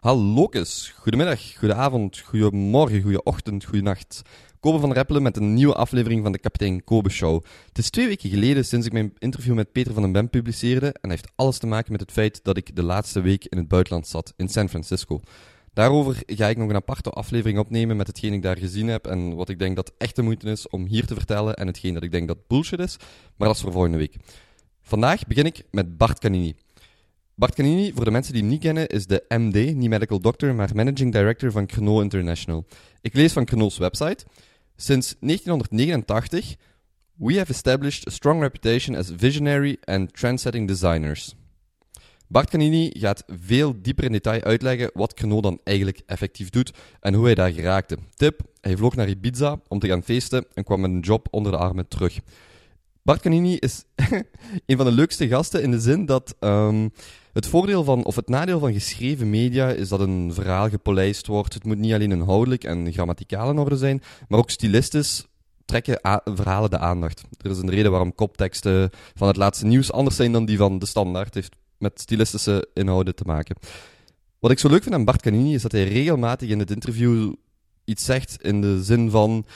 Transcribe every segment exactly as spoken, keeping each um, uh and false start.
Hallokes, goedemiddag, goedenavond, goedemorgen, goedeochtend, goedenacht. Kobe van Reppelen met een nieuwe aflevering van de Kapitein Kobe Show. Het is twee weken geleden sinds ik mijn interview met Peter van den Bem publiceerde en dat heeft alles te maken met het feit dat ik de laatste week in het buitenland zat, in San Francisco. Daarover ga ik nog een aparte aflevering opnemen met hetgeen ik daar gezien heb en wat ik denk dat echt de moeite is om hier te vertellen en hetgeen dat ik denk dat bullshit is, maar dat is voor volgende week. Vandaag begin ik met Bart Canini. Bart Canini, voor de mensen die hem niet kennen, is de M D, niet medical doctor, maar managing director van Kernot International. Ik lees van Kernot's website. Sinds negentienhonderdnegenentachtig, we have established a strong reputation as visionary and trendsetting designers. Bart Canini gaat veel dieper in detail uitleggen wat Kernot dan eigenlijk effectief doet en hoe hij daar geraakte. Tip, hij vloog naar Ibiza om te gaan feesten en kwam met een job onder de armen terug. Bart Canini is een van de leukste gasten in de zin dat um, het voordeel van, of het nadeel van geschreven media is dat een verhaal gepolijst wordt. Het moet niet alleen inhoudelijk en grammaticaal in orde zijn, maar ook stilistisch trekken a- verhalen de aandacht. Er is een reden waarom kopteksten van het laatste nieuws anders zijn dan die van de standaard. Het heeft met stilistische inhouden te maken. Wat ik zo leuk vind aan Bart Canini is dat hij regelmatig in het interview iets zegt in de zin van...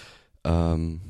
Um,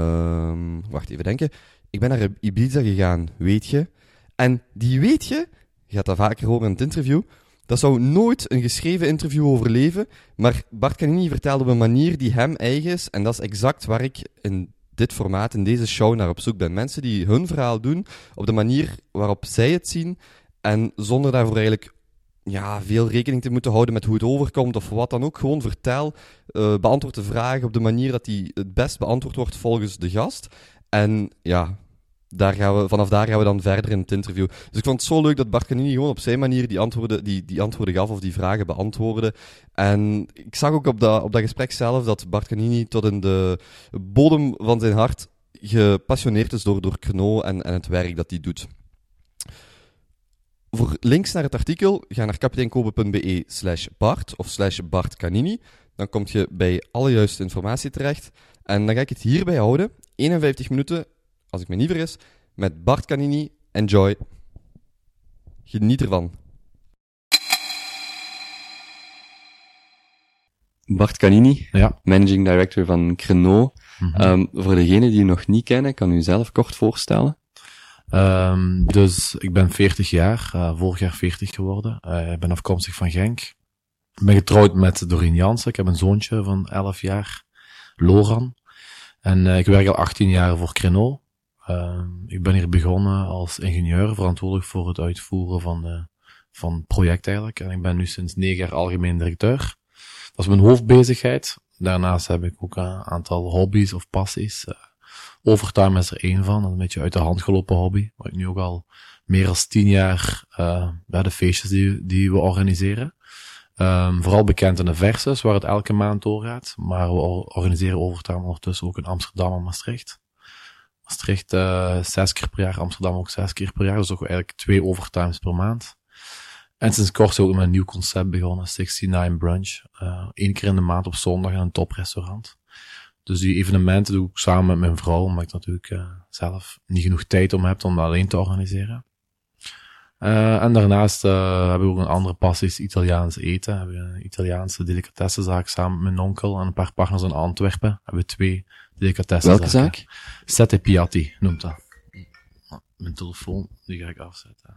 um, wacht, even denken... Ik ben naar Ibiza gegaan, weet je. En die weet je, je gaat dat vaker horen in het interview, dat zou nooit een geschreven interview overleven, maar Bart Canini vertelde op een manier die hem eigen is, en dat is exact waar ik in dit formaat, in deze show, naar op zoek ben. Mensen die hun verhaal doen, op de manier waarop zij het zien, en zonder daarvoor eigenlijk ja, veel rekening te moeten houden met hoe het overkomt, of wat dan ook. Gewoon vertel, uh, beantwoord de vraag op de manier dat die het best beantwoord wordt volgens de gast. En ja, daar gaan we, vanaf daar gaan we dan verder in het interview. Dus ik vond het zo leuk dat Bart Canini gewoon op zijn manier die antwoorden, die, die antwoorden gaf of die vragen beantwoordde. En ik zag ook op dat, op dat gesprek zelf dat Bart Canini tot in de bodem van zijn hart gepassioneerd is door, door Kernot en, en het werk dat hij doet. Voor links naar het artikel, ga naar kapiteinkobe.be slash Bart of slash Bart Canini. Dan kom je bij alle juiste informatie terecht. En dan ga ik het hierbij houden. eenenvijftig minuten, als ik me niet vergis, met Bart Canini. Enjoy. Geniet ervan. Bart Canini, ja. managing director van Kernot. Mm-hmm. Um, voor degenen die u nog niet kennen, kan u zelf kort voorstellen? Um, dus ik ben veertig jaar, uh, vorig jaar veertig geworden. Uh, ik ben afkomstig van Genk. Ik ben getrouwd met Doreen Jansen. Ik heb een zoontje van elf jaar, Loran. En uh, ik werk al achttien jaar voor Kernot. Uh, ik ben hier begonnen als ingenieur, verantwoordelijk voor het uitvoeren van, de, van het project eigenlijk. En ik ben nu sinds negen jaar algemeen directeur. Dat is mijn hoofdbezigheid. Daarnaast heb ik ook een aantal hobby's of passies. Uh, Overtime is er één van, dat is een beetje uit de hand gelopen hobby. Waar ik nu ook al meer dan tien jaar uh, bij de feestjes die, die we organiseren. Um, vooral bekend in de Versus, waar het elke maand doorgaat. Maar we organiseren overtime ondertussen ook in Amsterdam en Maastricht. Maastricht uh, zes keer per jaar, Amsterdam ook zes keer per jaar. Dus ook eigenlijk twee overtimes per maand. En sinds kort zijn we ook met een nieuw concept begonnen, negenenzestig Brunch. Uh, Eén keer in de maand op zondag in een toprestaurant. Dus die evenementen doe ik samen met mijn vrouw, omdat ik natuurlijk uh, zelf niet genoeg tijd om heb om dat alleen te organiseren. Uh, en daarnaast uh, hebben we ook een andere passie, Italiaans eten. We hebben een Italiaanse delicatessenzaak samen met mijn onkel en een paar partners in Antwerpen. We hebben twee delicatessenzaken. Welke zaak? Sette Piatti noemt dat. Mijn telefoon, die ga ik afzetten.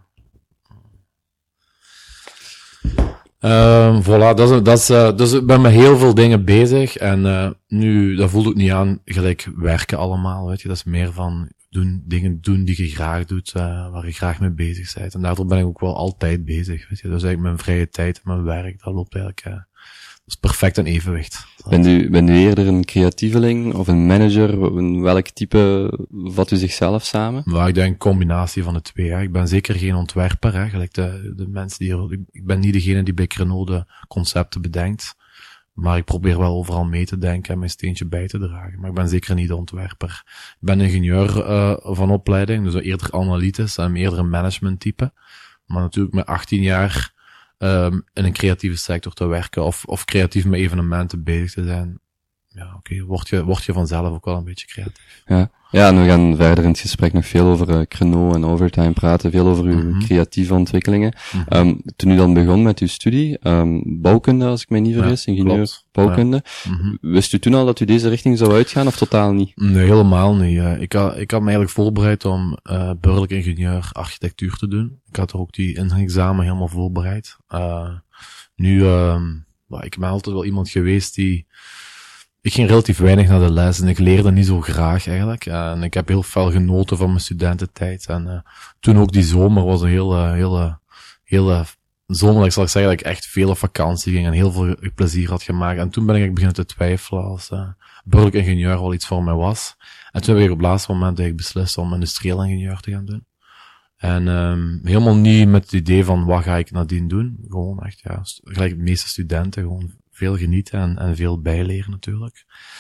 Uh, voilà, dat is, dat is, uh, dus ik ben met heel veel dingen bezig en uh, nu, dat voelt ook niet aan gelijk werken allemaal, weet je. Dat is meer van doen, dingen doen die je graag doet, uh, waar je graag mee bezig bent. En daardoor ben ik ook wel altijd bezig, weet je. Dus eigenlijk mijn vrije tijd en mijn werk, dat loopt eigenlijk, uh, dat is perfect in evenwicht. Bent u, bent u eerder een creatieveling of een manager? In welk type vat u zichzelf samen? Maar ik denk een combinatie van de twee. Hè. Ik ben zeker geen ontwerper, hè. Gelijk de, de mensen die er, ik ben niet degene die bij Kernot de concepten bedenkt. Maar ik probeer wel overal mee te denken en mijn steentje bij te dragen. Maar ik ben zeker niet de ontwerper. Ik ben ingenieur uh, van opleiding, dus eerder analytisch en eerder een management type. Maar natuurlijk met achttien jaar um, in een creatieve sector te werken of, of creatief met evenementen bezig te zijn, ja, oké, okay, word je, word je vanzelf ook wel een beetje creatief. Ja. Ja, en we gaan verder in het gesprek nog veel over uh, Creno en Overtime praten, veel over uw mm-hmm. creatieve ontwikkelingen. Mm-hmm. Um, toen u dan begon met uw studie, um, bouwkunde, als ik mij niet vergis, ja, ingenieur klopt. bouwkunde, ja. mm-hmm. wist u toen al dat u deze richting zou uitgaan, of totaal niet? Nee, helemaal niet. Uh, ik, had, ik had me eigenlijk voorbereid om uh, burgerlijk ingenieur architectuur te doen. Ik had er ook die ingangsexamen helemaal voorbereid. Uh, nu, uh, ik ben altijd wel iemand geweest die... Ik ging relatief weinig naar de les en ik leerde niet zo graag eigenlijk. En ik heb heel veel genoten van mijn studententijd. En uh, toen ook die zomer was een hele, hele, hele zomer, ik zal ik zeggen dat ik echt veel op vakantie ging en heel veel plezier had gemaakt. En toen ben ik beginnen te twijfelen als uh, burgerlijk ingenieur wel iets voor mij was. En toen heb ik op het laatste moment eigenlijk beslist om industrieel ingenieur te gaan doen. En um, helemaal niet met het idee van wat ga ik nadien doen. Gewoon echt, ja, gelijk de meeste studenten, gewoon veel genieten en, en veel bijleren natuurlijk.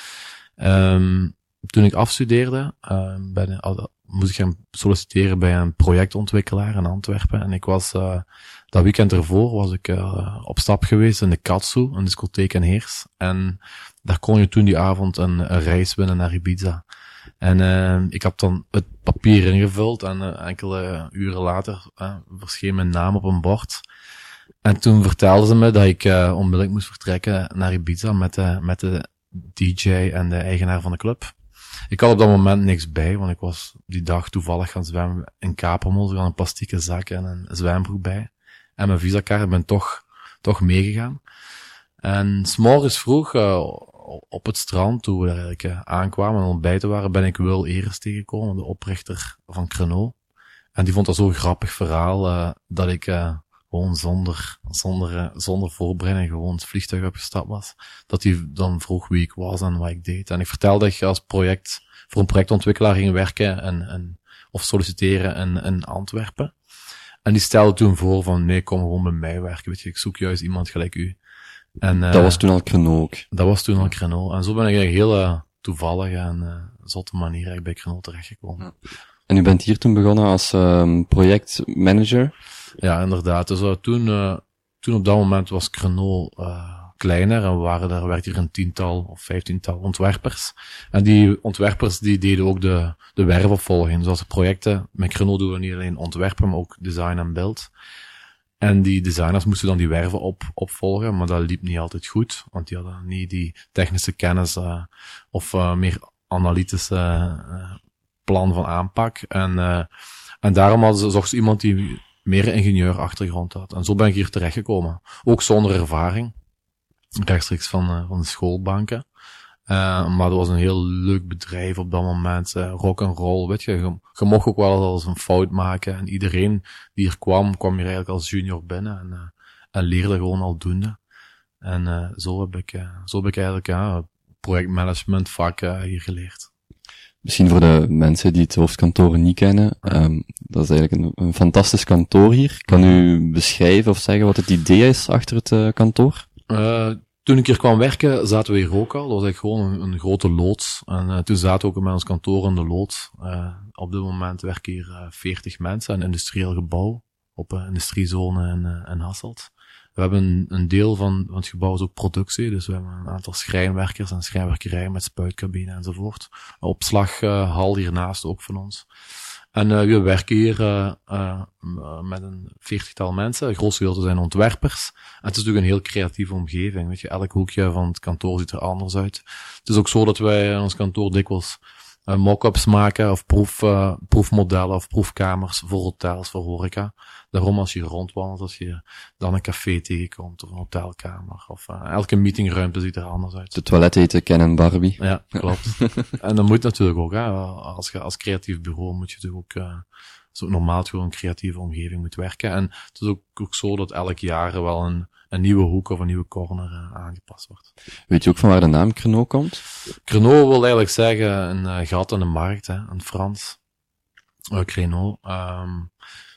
Um, toen ik afstudeerde, um, ben, al, moest ik gaan solliciteren bij een projectontwikkelaar in Antwerpen. En ik was, uh, dat weekend ervoor was ik uh, op stap geweest in de Katsu, een discotheek in Heers. En daar kon je toen die avond een, een reis winnen naar Ibiza. En uh, ik had dan het papier ingevuld en uh, enkele uren later uh, verscheen mijn naam op een bord. En toen vertelden ze me dat ik uh, onmiddellijk moest vertrekken naar Ibiza met de, met de D J en de eigenaar van de club. Ik had op dat moment niks bij, want ik was die dag toevallig gaan zwemmen in Kapermos. Ik had een plastieke zak en een zwembroek bij. En mijn visakaart ben toch, toch meegegaan. En 's morgens vroeg, uh, op het strand, toen we daar eigenlijk uh, aankwamen en ontbijten waren, ben ik Wil Eres tegengekomen, de oprichter van Creno. En die vond dat zo'n grappig verhaal, uh, dat ik uh, gewoon zonder, zonder, uh, zonder voorbereiding gewoon het vliegtuig opgestapt was. Dat hij dan vroeg wie ik was en wat ik deed. En ik vertelde dat ik als project, voor een projectontwikkelaar ging werken en, en, of solliciteren in, in Antwerpen. En die stelde toen voor van, nee, kom gewoon bij mij werken, weet je, ik zoek juist iemand gelijk u. En, uh, dat was toen al Creno ook. Dat was toen al Creno. En zo ben ik eigenlijk heel uh, toevallig en uh, zotte manier eigenlijk bij Creno terechtgekomen. Ja. En u bent hier toen begonnen als um, projectmanager? Ja, inderdaad. Dus uh, toen, uh, toen op dat moment was Creno uh, kleiner en we waren daar, werkte hier een tiental of vijftiental ontwerpers. En die ontwerpers die deden ook de, de werfopvolging. Dus als de projecten, met Creno doen we niet alleen ontwerpen, maar ook design en beeld. En die designers moesten dan die werven op, opvolgen, maar dat liep niet altijd goed, want die hadden niet die technische kennis uh, of uh, meer analytische uh, plan van aanpak. En, uh, en daarom hadden ze, zocht ze iemand die meer een ingenieurachtergrond had. En zo ben ik hier terechtgekomen. Ook zonder ervaring, rechtstreeks van, uh, van de schoolbanken. Uh, maar dat was een heel leuk bedrijf op dat moment. Uh, rock and roll, weet je. Je, je mocht ook wel eens een fout maken. En iedereen die hier kwam, kwam hier eigenlijk als junior binnen. En, uh, en leerde gewoon aldoende. En uh, zo heb ik, uh, zo heb ik eigenlijk ja, projectmanagement vak uh, hier geleerd. Misschien voor de mensen die het hoofdkantoor niet kennen. Um, dat is eigenlijk een, een fantastisch kantoor hier. Kan u beschrijven of zeggen wat het idee is achter het uh, kantoor? Uh, Toen ik hier kwam werken, zaten we hier ook al. Dat was eigenlijk gewoon een, een grote loods. En uh, toen zaten we ook met ons kantoor in de loods. Uh, op dit moment werken hier uh, veertig mensen, een industrieel gebouw op een uh, industriezone in, uh, in Hasselt. We hebben een, een deel van, van het gebouw is ook productie, dus we hebben een aantal schrijnwerkers en schrijnwerkerij met spuitcabine enzovoort. Een opslaghal hiernaast ook van ons. En uh, we werken hier uh, uh, met een veertigtal mensen. Het grootste gedeelte zijn ontwerpers. En het is natuurlijk een heel creatieve omgeving. Weet je, elk hoekje van het kantoor ziet er anders uit. Het is ook zo dat wij in ons kantoor dikwijls uh, mock-ups maken of proef, uh, proefmodellen of proefkamers voor hotels, voor horeca. Daarom als je rondwandelt, als je dan een café tegenkomt of een hotelkamer of uh, elke meetingruimte ziet er anders uit. De toilet heten Ken en Barbie. Ja, klopt. En dat moet natuurlijk ook, hè. Als je als creatief bureau moet je natuurlijk ook, uh, zo normaal gewoon een creatieve omgeving moet werken. En het is ook, ook zo dat elk jaar wel een, een nieuwe hoek of een nieuwe corner uh, aangepast wordt. Weet je ook van waar de naam Creno komt? Creno wil eigenlijk zeggen een uh, gat in de markt, hè, in Frans. Uh, Creno. Um,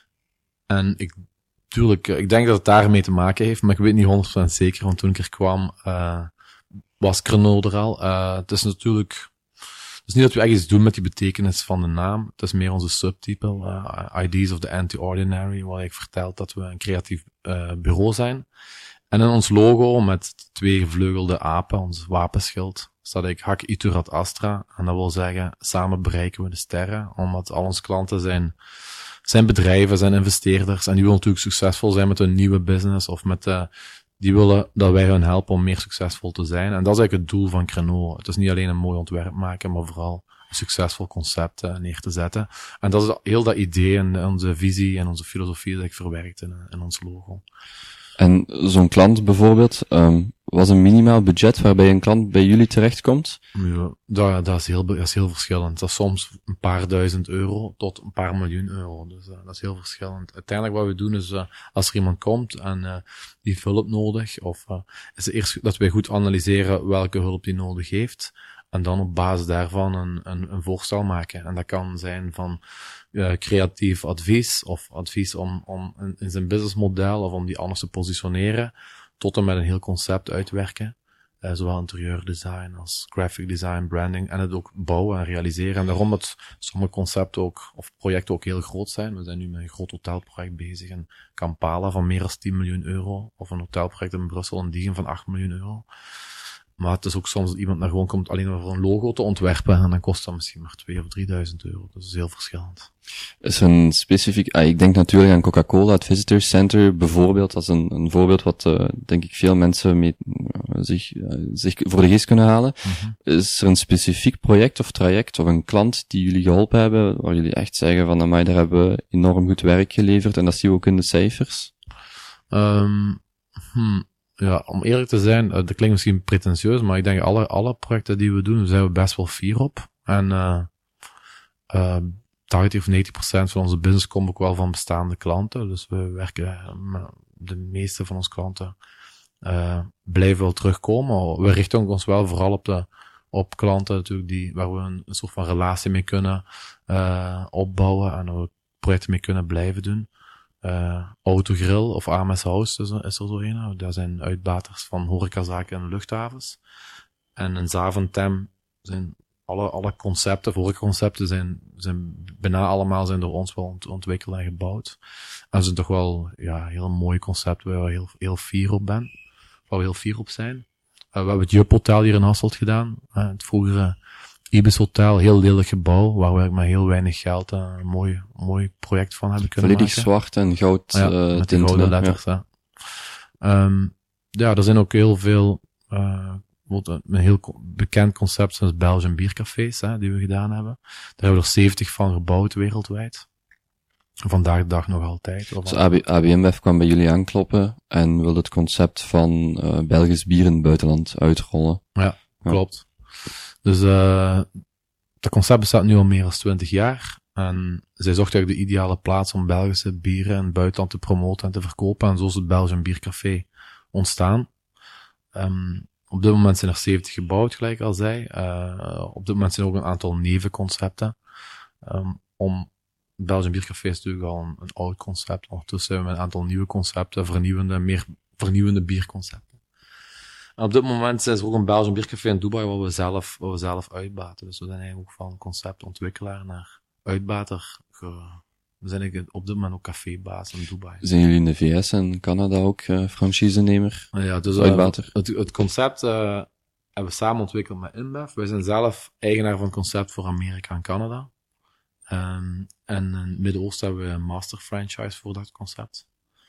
en ik, tuurlijk, ik denk dat het daarmee te maken heeft, maar ik weet niet honderd procent zeker, want toen ik er kwam, uh, was Creno er al. Uh, het is natuurlijk, het is niet dat we echt iets doen met die betekenis van de naam. Het is meer onze subtitel, uh, Ideas of the Anti-Ordinary, waar ik vertel dat we een creatief uh, bureau zijn. En in ons logo, met twee gevleugelde apen, ons wapenschild, staat ik Hac iturat astra. En dat wil zeggen, samen bereiken we de sterren, omdat al onze klanten zijn, zijn bedrijven, zijn investeerders, en die willen natuurlijk succesvol zijn met hun nieuwe business, of met de, die willen dat wij hen helpen om meer succesvol te zijn. En dat is eigenlijk het doel van Creno. Het is niet alleen een mooi ontwerp maken, maar vooral een succesvol concept uh, neer te zetten. En dat is heel dat idee en onze visie en onze filosofie dat ik verwerkt in, in ons logo. En zo'n klant bijvoorbeeld, um, was een minimaal budget waarbij een klant bij jullie terechtkomt? Ja, dat, dat, is heel, dat is heel verschillend. Dat is soms een paar duizend euro tot een paar miljoen euro. Dus uh, dat is heel verschillend. Uiteindelijk wat we doen is, uh, als er iemand komt en uh, die heeft hulp nodig, of uh, is het eerst dat wij goed analyseren welke hulp die nodig heeft, en dan op basis daarvan een, een, een voorstel maken. En dat kan zijn van uh, creatief advies, of advies om, om in, in zijn businessmodel, of om die anders te positioneren, tot en met een heel concept uitwerken. Uh, zowel interieurdesign als graphic design, branding, en het ook bouwen en realiseren. En daarom dat sommige concepten ook, of projecten ook heel groot zijn. We zijn nu met een groot hotelproject bezig in Kampala van meer dan tien miljoen euro, of een hotelproject in Brussel in Diegen van acht miljoen euro. Maar het is ook soms dat iemand naar gewoon komt alleen maar voor een logo te ontwerpen, en dan kost dat misschien maar twee of drieduizend euro. Dat is heel verschillend. Is er een specifiek, ah, ik denk natuurlijk aan Coca-Cola, het Visitors Center bijvoorbeeld, dat is een, een voorbeeld wat, uh, denk ik, veel mensen mee, uh, zich, uh, zich voor de geest kunnen halen. Mm-hmm. Is er een specifiek project of traject of een klant die jullie geholpen hebben, waar jullie echt zeggen van, amai, daar hebben we enorm goed werk geleverd, en dat zien we ook in de cijfers? Um, hmm. Ja, om eerlijk te zijn, dat klinkt misschien pretentieus, maar ik denk alle, alle projecten die we doen, daar zijn we best wel fier op. En uh, uh, tachtig of negentig procent van onze business komt ook wel van bestaande klanten. Dus we werken met de meeste van onze klanten uh, blijven wel terugkomen. We richten ons wel vooral op de op klanten natuurlijk die waar we een, een soort van relatie mee kunnen uh, opbouwen en waar we projecten mee kunnen blijven doen. Uh, Autogrill of A M S House is er, is er zo een. Daar zijn uitbaters van horecazaken en luchthavens. En in Zaventem zijn alle, alle concepten, horecaconcepten zijn, zijn bijna allemaal zijn door ons wel ont, ontwikkeld en gebouwd. En dat zijn toch wel, ja, heel mooie concepten waar we heel, heel fier op ben. Waar we heel fier op zijn. Uh, we hebben het Jup Hotel hier in Hasselt gedaan. Uh, het vroegere Ibis Hotel, heel lelijk gebouw, waar we met heel weinig geld uh, een mooi, mooi project van hebben kunnen Volledig maken. Volledig zwart en goud ja, uh, met tinten, gouden letters, ja. Ja. Um, ja, er zijn ook heel veel, uh, een heel bekend concept zijn Belgian biercafés, hè, die we gedaan hebben. Daar hebben we er zeventig van gebouwd wereldwijd. Vandaag de dag nog altijd. Dus A B M W F kwam bij jullie aankloppen en wilde het concept van uh, Belgisch bier in het buitenland uitrollen. Ja, ja. Klopt. Dus uh, dat concept bestaat nu al meer dan twintig jaar. En zij zochten eigenlijk de ideale plaats om Belgische bieren in het buitenland te promoten en te verkopen. En zo is het Belgian Biercafé ontstaan. Um, op dit moment zijn er zeventig gebouwd, gelijk ik al zei. Uh, op dit moment zijn er ook een aantal nevenconcepten. Um, om Belgian Biercafé is natuurlijk al een, een oud concept. Ondertussen hebben we een aantal nieuwe concepten, vernieuwende, meer vernieuwende bierconcepten. En op dit moment is er ook een Belgian biercafé in Dubai waar we zelf, waar we zelf uitbaten. Dus we zijn eigenlijk ook van conceptontwikkelaar naar uitbater. We zijn eigenlijk op dit moment ook cafébaas in Dubai. Zijn jullie in de V S en Canada ook uh, franchisenemer? Ja, dus uitbater? Uh, het, het concept uh, hebben we samen ontwikkeld met InBev. Wij zijn zelf eigenaar van het concept voor Amerika en Canada. Um, en in het Midden-Oosten hebben we een master franchise voor dat concept.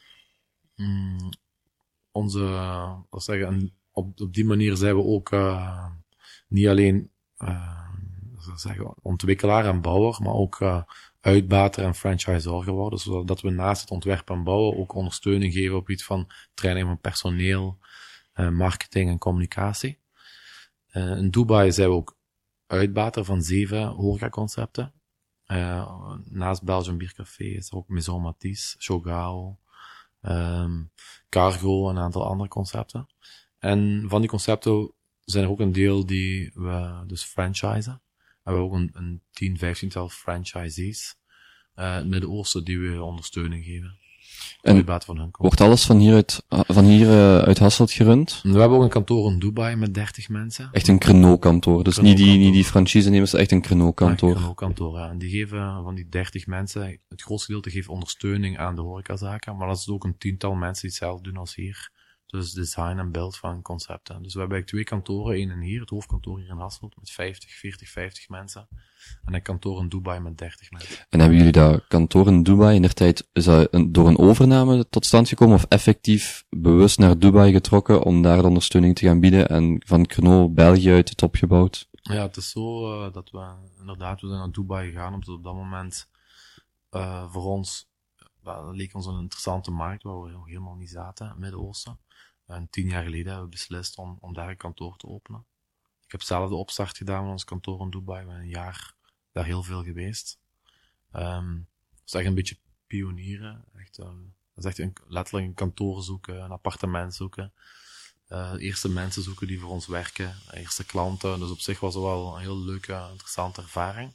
Mm, onze, uh, wat zeggen, een, Op, op die manier zijn we ook uh, niet alleen uh, zeggen, ontwikkelaar en bouwer, maar ook uh, uitbater en franchisor geworden, zodat we naast het ontwerpen en bouwen ook ondersteuning geven op iets van training van personeel, uh, marketing en communicatie. Uh, in Dubai zijn we ook uitbater van zeven horecaconcepten. Uh, naast Belgian Biercafé is er ook Maison Matisse, Shogao, um, Cargo en een aantal andere concepten. En van die concepten zijn er ook een deel die we dus franchisen. En we hebben ook een, een tien, vijftiental franchisees uh, in het Midden-Oosten die we ondersteuning geven. En van hun wordt alles van hieruit, van hier uh, uit Hasselt gerund? We hebben ook een kantoor in Dubai met dertig mensen. Echt een Creno-kantoor, dus niet die, niet die franchise-nemers, echt een Creno-kantoor. Ja, een Creno-kantoor, ja. En die geven van die dertig mensen, het grootste gedeelte geeft ondersteuning aan de horecazaken, maar dat is ook een tiental mensen die hetzelfde doen als hier. Dus design en beeld van concepten. Dus we hebben eigenlijk twee kantoren, één in hier, het hoofdkantoor hier in Hasselt, met vijftig, veertig, vijftig mensen. En een kantoor in Dubai met dertig mensen. En hebben jullie dat kantoor in Dubai in der tijd, is dat een, door een overname tot stand gekomen, of effectief bewust naar Dubai getrokken om daar de ondersteuning te gaan bieden en van Kernot België uit het opgebouwd? Ja, het is zo uh, dat we inderdaad, we zijn naar Dubai gegaan, omdat op dat moment uh, voor ons, uh, dat leek ons een interessante markt, waar we nog helemaal niet zaten, in het Midden-Oosten. En tien jaar geleden hebben we beslist om, om daar een kantoor te openen. Ik heb zelf de opstart gedaan van ons kantoor in Dubai. We zijn een jaar daar heel veel geweest. Um, dat is echt een beetje pionieren. Echt, uh, dat is echt een, letterlijk een kantoor zoeken, een appartement zoeken. Uh, eerste mensen zoeken die voor ons werken, eerste klanten. Dus op zich was het wel een heel leuke, interessante ervaring.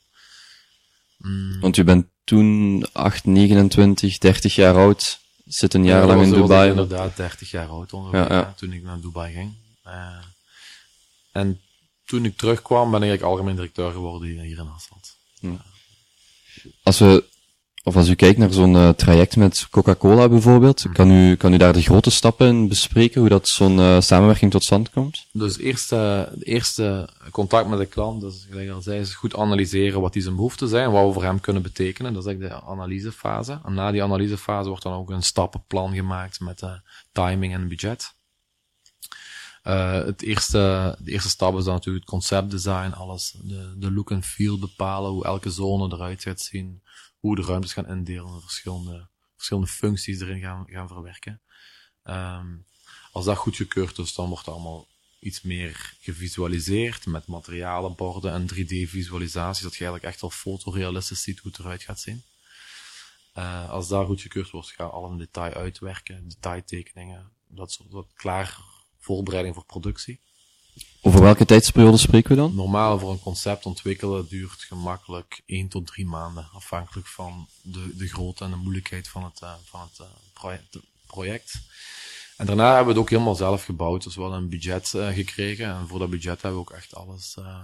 Mm. Want u bent toen acht, negenentwintig, dertig jaar oud, zit een jaar ja, lang in was, Dubai. Was inderdaad dertig jaar oud ongeveer, ja, ja. Toen ik naar Dubai ging. Uh, en toen ik terugkwam, ben ik eigenlijk algemeen directeur geworden hier in Hasselt. Hm. Als we, of als u kijkt naar zo'n uh, traject met Coca-Cola bijvoorbeeld, hm. kan u, kan u daar de grote stappen in bespreken, hoe dat zo'n uh, samenwerking tot stand komt? Dus eerste, de eerste contact met de klant, dus gelijk al zei, is goed analyseren wat die zijn behoeften zijn, wat we voor hem kunnen betekenen. Dat is eigenlijk de analysefase. En na die analysefase wordt dan ook een stappenplan gemaakt met uh, timing en budget. Uh, het eerste, de eerste stap is dan natuurlijk het conceptdesign, alles, de, de look en feel bepalen, hoe elke zone eruit gaat zien, hoe de ruimtes gaan indelen, de verschillende, verschillende functies erin gaan, gaan verwerken. Um, als dat goedgekeurd is, dan wordt het allemaal iets meer gevisualiseerd met materialenborden en drie D-visualisaties, dat je eigenlijk echt al fotorealistisch ziet hoe het eruit gaat zien. Uh, als dat goedgekeurd wordt, gaan we al in detail uitwerken, detailtekeningen, dat soort, dat klaar voorbereiding voor productie. Over welke tijdsperiode spreken we dan? Normaal voor een concept ontwikkelen duurt gemakkelijk één tot drie maanden, afhankelijk van de, de grootte en de moeilijkheid van het, uh, van het uh, project, project. En daarna hebben we het ook helemaal zelf gebouwd, dus we hadden een budget uh, gekregen en voor dat budget hebben we ook echt alles uh,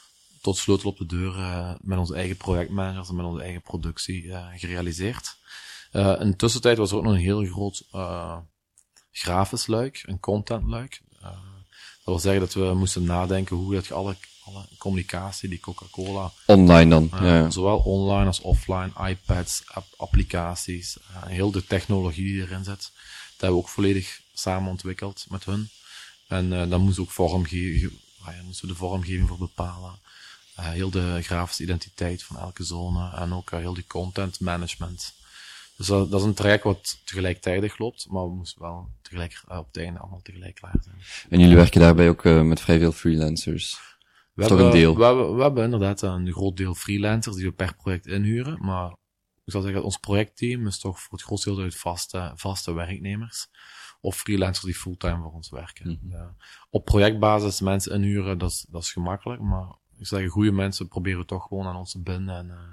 tot sleutel op de deur uh, met onze eigen projectmanagers en met onze eigen productie uh, gerealiseerd. Uh, in de tussentijd was er ook nog een heel groot uh, grafisch luik, een content luik. Uh, dat wil zeggen dat we moesten nadenken hoe dat je alle, alle communicatie, die Coca-Cola... Online dan, uh, ja, ja. Zowel online als offline, iPads, app, applicaties, uh, heel de technologie die erin zit. Dat hebben we ook volledig samen ontwikkeld met hun. En uh, dan moest ook vormgeving, uh, ja, moesten we de vormgeving voor bepalen. Uh, heel de grafische identiteit van elke zone en ook uh, heel die content management. Dus dat, dat is een traject wat tegelijkertijd loopt, maar we moesten wel tegelijk, uh, op het einde allemaal tegelijk klaar zijn. En jullie werken daarbij ook uh, met vrij veel freelancers? We toch hebben, een deel? We hebben, we hebben inderdaad een groot deel freelancers die we per project inhuren, maar ik zou zeggen, ons projectteam is toch voor het grootste deel uit vaste, vaste werknemers. Of freelancers die fulltime voor ons werken. Mm-hmm. Ja. Op projectbasis mensen inhuren, dat is, dat is gemakkelijk, maar ik zou zeggen, goede mensen proberen we toch gewoon aan ons te binden en, uh,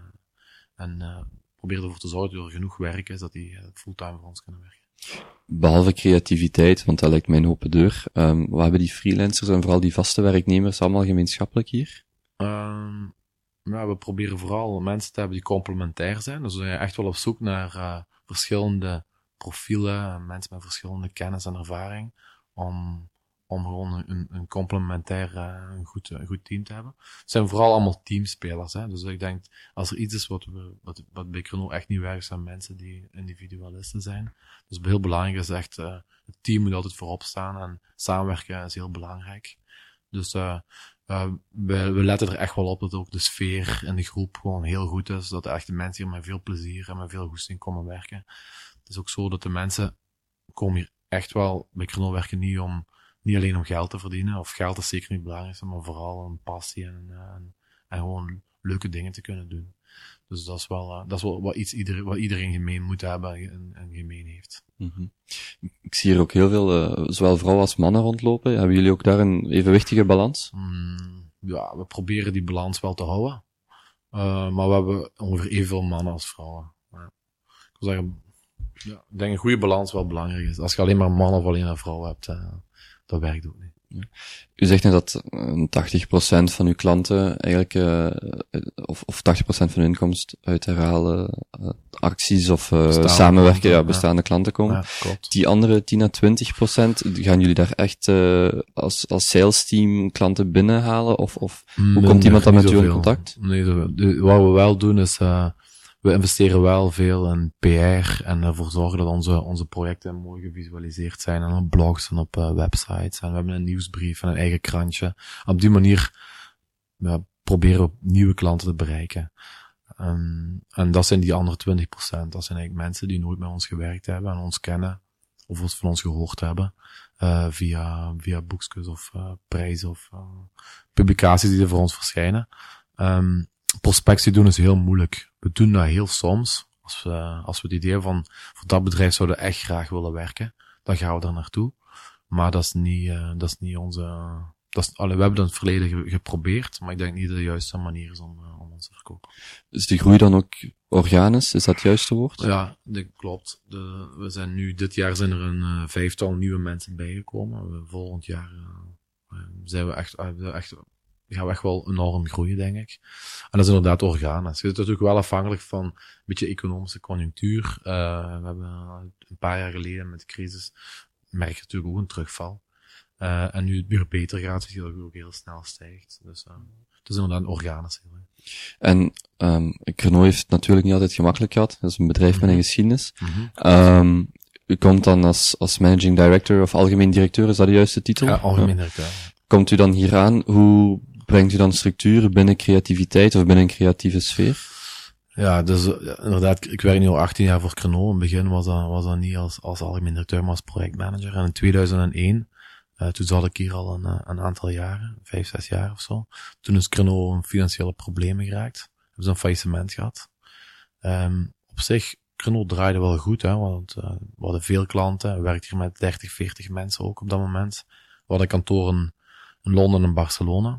en uh, proberen ervoor te zorgen dat er genoeg werk is, dat die uh, fulltime voor ons kunnen werken. Behalve creativiteit, want dat lijkt mij een open deur, um, wat hebben die freelancers en vooral die vaste werknemers allemaal gemeenschappelijk hier? Um, ja, we proberen vooral mensen te hebben die complementair zijn. Dus we zijn echt wel op zoek naar uh, verschillende profielen, mensen met verschillende kennis en ervaring, om, om gewoon een, een complementair, uh, een goed, een goed team te hebben. Het zijn vooral allemaal teamspelers, hè. Dus ik denk, als er iets is wat we, wat, wat bij Kernot echt niet werkt, zijn mensen die individualisten zijn. Dus heel belangrijk is echt, uh, het team moet altijd voorop staan en samenwerken is heel belangrijk. Dus, uh, Uh, we, we letten er echt wel op dat ook de sfeer in de groep gewoon heel goed is. Dat echt de mensen hier met veel plezier en met veel goesting komen werken. Het is ook zo dat de mensen komen hier echt wel bij Kernot werken niet om, niet alleen om geld te verdienen. Of geld is zeker niet belangrijk, maar vooral een passie en, en, en gewoon leuke dingen te kunnen doen. Dus dat is wel, uh, dat is wel wat, iets, ieder, wat iedereen gemeen moet hebben en, en gemeen heeft. Mm-hmm. Ik zie hier ook heel veel, uh, zowel vrouwen als mannen rondlopen. Hebben jullie ook daar een evenwichtige balans? Mm, ja, we proberen die balans wel te houden. Uh, maar we hebben ongeveer evenveel mannen als vrouwen. Ja. Ik wil zeggen, ja, ik denk een goede balans wel belangrijk is. Als je alleen maar mannen of alleen maar vrouwen hebt, uh, dat werkt ook niet. U zegt net dat tachtig procent van uw klanten eigenlijk, uh, of, of tachtig procent van hun inkomst uit herhalen uh, acties of uh, samenwerken, klanten, ja, bestaande ja. klanten komen. Ja, klopt. Die andere tien à twintig procent, gaan jullie daar echt uh, als, als sales team klanten binnenhalen? Of, of hoe nee, komt iemand dan met u in contact? Nee, de, wat we wel doen is, uh, we investeren wel veel in P R en ervoor zorgen dat onze, onze projecten mooi gevisualiseerd zijn en op blogs en op uh, websites. En we hebben een nieuwsbrief en een eigen krantje. Op die manier ja, proberen we nieuwe klanten te bereiken. Um, en dat zijn die andere twintig procent. Dat zijn eigenlijk mensen die nooit met ons gewerkt hebben en ons kennen of wat van ons gehoord hebben. Uh, via, via boekjes of uh, prijzen of uh, publicaties die er voor ons verschijnen. Um, prospectie doen is heel moeilijk. We doen dat heel soms. Als we, als we het idee van, voor dat bedrijf zouden echt graag willen werken, dan gaan we daar naartoe. Maar dat is niet, uh, dat is niet onze, dat is, allee, we hebben dat in het verleden ge, geprobeerd, maar ik denk niet dat de juiste manier is om, uh, om ons te verkopen. Is die groei dan ook organisch? Is dat het juiste woord? Ja, dat klopt. De, we zijn nu, dit jaar zijn er een uh, vijftal nieuwe mensen bijgekomen. We, volgend jaar uh, zijn we echt, uh, echt gaan we echt wel enorm groeien, denk ik. En dat is inderdaad organisch. Het is natuurlijk wel afhankelijk van een beetje economische conjunctuur. Uh, we hebben een paar jaar geleden met de crisis, merk je natuurlijk ook een terugval. Uh, en nu het weer beter gaat, zie je dat het ook heel snel stijgt. Dus uh, het is inderdaad organisch. En um, Renault heeft het natuurlijk niet altijd gemakkelijk gehad. Dat is een bedrijf mm-hmm. met een geschiedenis. Mm-hmm. Um, u komt dan als, als managing director of algemeen directeur, is dat de juiste titel? Ja, algemeen directeur. Komt u dan hier aan? Hoe brengt u dan structuur binnen creativiteit of binnen een creatieve sfeer? Ja, dus ja, inderdaad, ik werk nu al achttien jaar voor Renault. In het begin was dat, was dat niet als, als algemeen directeur, maar als projectmanager. En in tweeduizend één, uh, toen zat ik hier al een, een aantal jaren, vijf, zes jaar of zo. Toen is Renault in financiële problemen geraakt. Hebben ze een faillissement gehad. Um, op zich, Renault draaide wel goed, hè, want uh, we hadden veel klanten. We werkten hier met dertig, veertig mensen ook op dat moment. We hadden kantoren in Londen en Barcelona.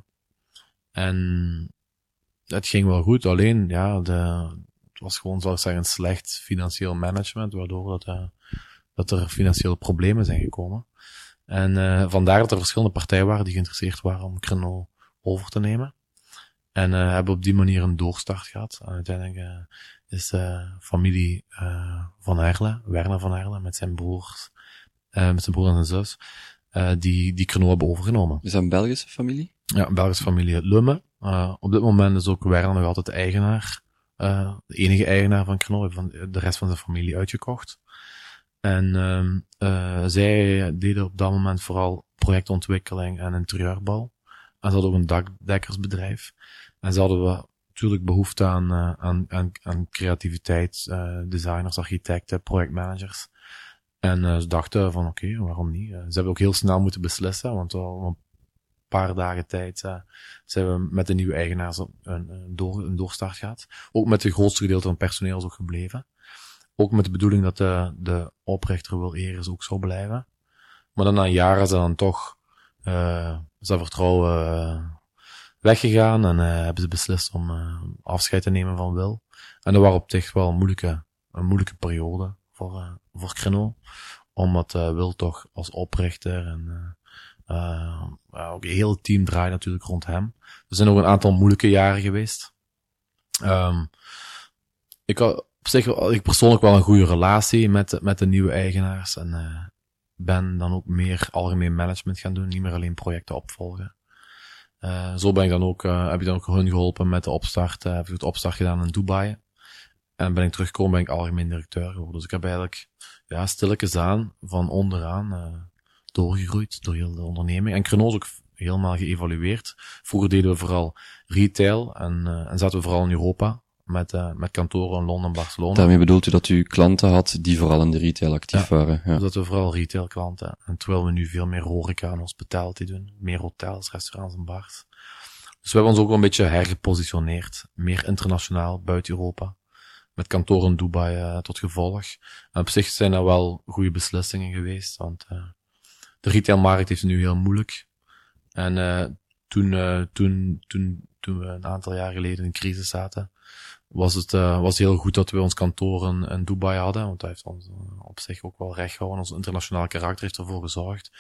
En het ging wel goed, alleen ja, de, het was gewoon, zal ik zeggen, een slecht financieel management, waardoor dat, uh, dat er financiële problemen zijn gekomen. En uh, vandaar dat er verschillende partijen waren die geïnteresseerd waren om Renault over te nemen. En uh, hebben op die manier een doorstart gehad. En uiteindelijk uh, is de familie uh, Van Herle, Werner Van Herle, met zijn broers, uh, met zijn broer en zijn zus, uh, die, die Renault hebben overgenomen. Is dat een Belgische familie? Ja, een Belgische familie uit Lummen. Uh, op dit moment is ook Werner nog altijd de eigenaar, uh, de enige eigenaar van Renault, van de rest van zijn familie uitgekocht. En uh, uh, zij deden op dat moment vooral projectontwikkeling en interieurbouw. En ze hadden ook een dakdekkersbedrijf. En ze hadden we natuurlijk behoefte aan, uh, aan, aan, aan creativiteit, uh, designers, architecten, projectmanagers. En uh, ze dachten van oké, okay, waarom niet? Uh, ze hebben ook heel snel moeten beslissen, want al een paar dagen tijd uh, zijn we met de nieuwe eigenaars een, een, door, een doorstart gehad. Ook met het grootste gedeelte van het personeel is ook gebleven. Ook met de bedoeling dat de, de oprichter Wil Eres ook zou blijven. Maar dan na een jaar is dat dan toch uh, is dat vertrouwen uh, weggegaan en uh, hebben ze beslist om uh, afscheid te nemen van Wil. En dat was op zich wel een moeilijke, een moeilijke periode voor, uh, voor Renault. Omdat uh, Wil toch als oprichter en uh, uh, uh, ook het hele team draait natuurlijk rond hem. Er zijn ook een aantal moeilijke jaren geweest. Um, ik had op zich, ik persoonlijk wel een goede relatie met, met de nieuwe eigenaars en uh, ben dan ook meer algemeen management gaan doen, niet meer alleen projecten opvolgen. Uh, zo ben ik dan ook, uh, heb ik dan ook hun geholpen met de opstart, uh, heb ik het opstart gedaan in Dubai. En ben ik teruggekomen, ben ik algemeen directeur geworden. Dus ik heb eigenlijk, ja, stilletjes aan, van onderaan, uh, doorgegroeid door heel de onderneming. En Renault is ook helemaal geëvalueerd. Vroeger deden we vooral retail en, uh, en zaten we vooral in Europa. Met, uh, met kantoren in Londen en Barcelona. Daarmee bedoelt u dat u klanten had die vooral in de retail actief ja, waren? Ja, dus dat we vooral retail klanten. En terwijl we nu veel meer horeca en hospitality doen. Meer hotels, restaurants en bars. Dus we hebben ons ook wel een beetje hergepositioneerd. Meer internationaal, buiten Europa. Met kantoren in Dubai uh, tot gevolg. En op zich zijn dat wel goede beslissingen geweest. Want uh, de retailmarkt is nu heel moeilijk. En uh, toen, uh, toen, toen, toen we een aantal jaar geleden in crisis zaten, was het uh, was heel goed dat we ons kantoor in, in Dubai hadden, want dat heeft ons uh, op zich ook wel recht gehouden. Ons internationaal karakter heeft ervoor gezorgd dat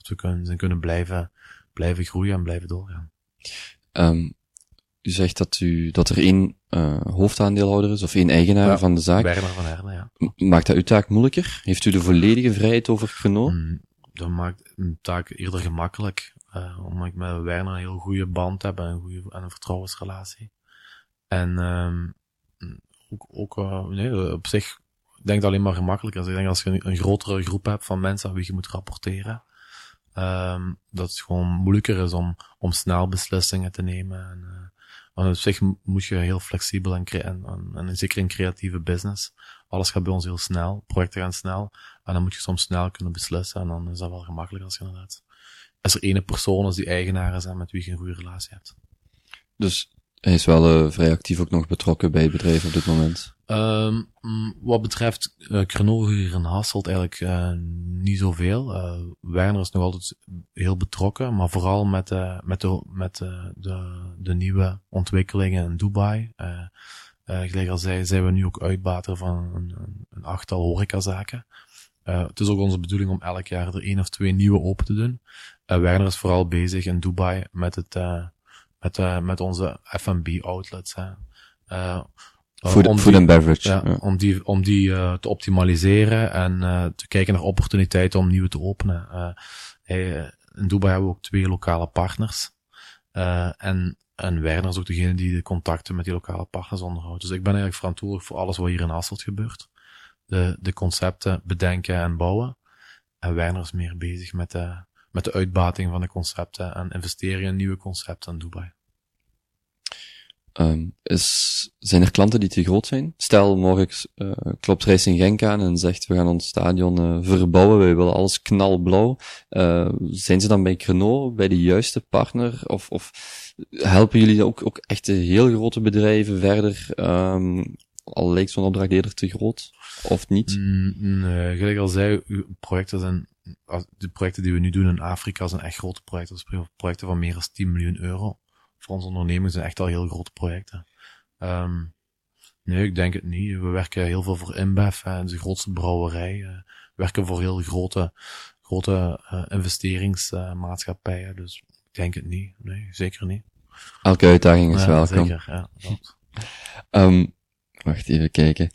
we kunnen, ze kunnen blijven, blijven groeien en blijven doorgaan. Um, u zegt dat u, dat er één, uh, hoofdaandeelhouder is, of één eigenaar ja, van de zaak. Werner van Herne, ja. Maakt dat uw taak moeilijker? Heeft u de volledige vrijheid over Renault? Mm, dat maakt een taak eerder gemakkelijk, uh, omdat ik met Werner een heel goede band heb en een goede, en een vertrouwensrelatie. En, um, ook, ook, uh, nee, op zich, ik denk dat alleen maar gemakkelijk is. Ik denk als je een, een grotere groep hebt van mensen aan wie je moet rapporteren, um, dat het gewoon moeilijker is om, om snel beslissingen te nemen. En, uh, want op zich moet je heel flexibel en, en, en, en zeker in creatieve business. Alles gaat bij ons heel snel, projecten gaan snel, en dan moet je soms snel kunnen beslissen, en dan is dat wel gemakkelijk als je inderdaad, als er ene persoon is die eigenaar is en met wie je een goede relatie hebt. Dus hij is wel uh, vrij actief ook nog betrokken bij het bedrijf op dit moment. Um, wat betreft uh, Renault hier in Hasselt eigenlijk uh, niet zoveel. Uh, Werner is nog altijd heel betrokken, maar vooral met, uh, met, de, met uh, de, de nieuwe ontwikkelingen in Dubai. Uh, uh, gelijk al zei, zijn we nu ook uitbater van een, een, een achttal horecazaken. Uh, het is ook onze bedoeling om elk jaar er één of twee nieuwe open te doen. Uh, Werner is vooral bezig in Dubai met het, uh, met, uh, met onze F en B outlets. Hè. Uh, Food, uh, food die, and beverage. Ja, ja. Om die, om die uh, te optimaliseren en uh, te kijken naar opportuniteiten om nieuwe te openen. Uh, hey, in Dubai hebben we ook twee lokale partners. Uh, en, en Werner is ook degene die de contacten met die lokale partners onderhoudt. Dus ik ben eigenlijk verantwoordelijk voor alles wat hier in Hasselt gebeurt. De, de concepten bedenken en bouwen. En Werner is meer bezig met de, met de uitbating van de concepten en investeringen in nieuwe concepten in Dubai. Um, is, zijn er klanten die te groot zijn? Stel, morgen uh, klopt Racing Genk aan en zegt, we gaan ons stadion uh, verbouwen, wij willen alles knalblauw. Uh, zijn ze dan bij Renault, bij de juiste partner? Of, of helpen jullie ook, ook echt de heel grote bedrijven verder? Um, al lijkt zo'n opdracht eerder te groot, of niet? Mm, nee, gelijk al zei, projecten zijn, de projecten die we nu doen in Afrika zijn echt grote projecten. Dat zijn projecten van meer dan tien miljoen euro. Voor onze onderneming zijn echt al heel grote projecten. Um, nee, ik denk het niet. We werken heel veel voor InBev, hè, de grootste brouwerij. Uh, we werken voor heel grote, grote uh, investeringsmaatschappijen. Uh, dus ik denk het niet. Nee, zeker niet. Elke uitdaging is ja, welkom. Zeker, ja. um, wacht, even kijken.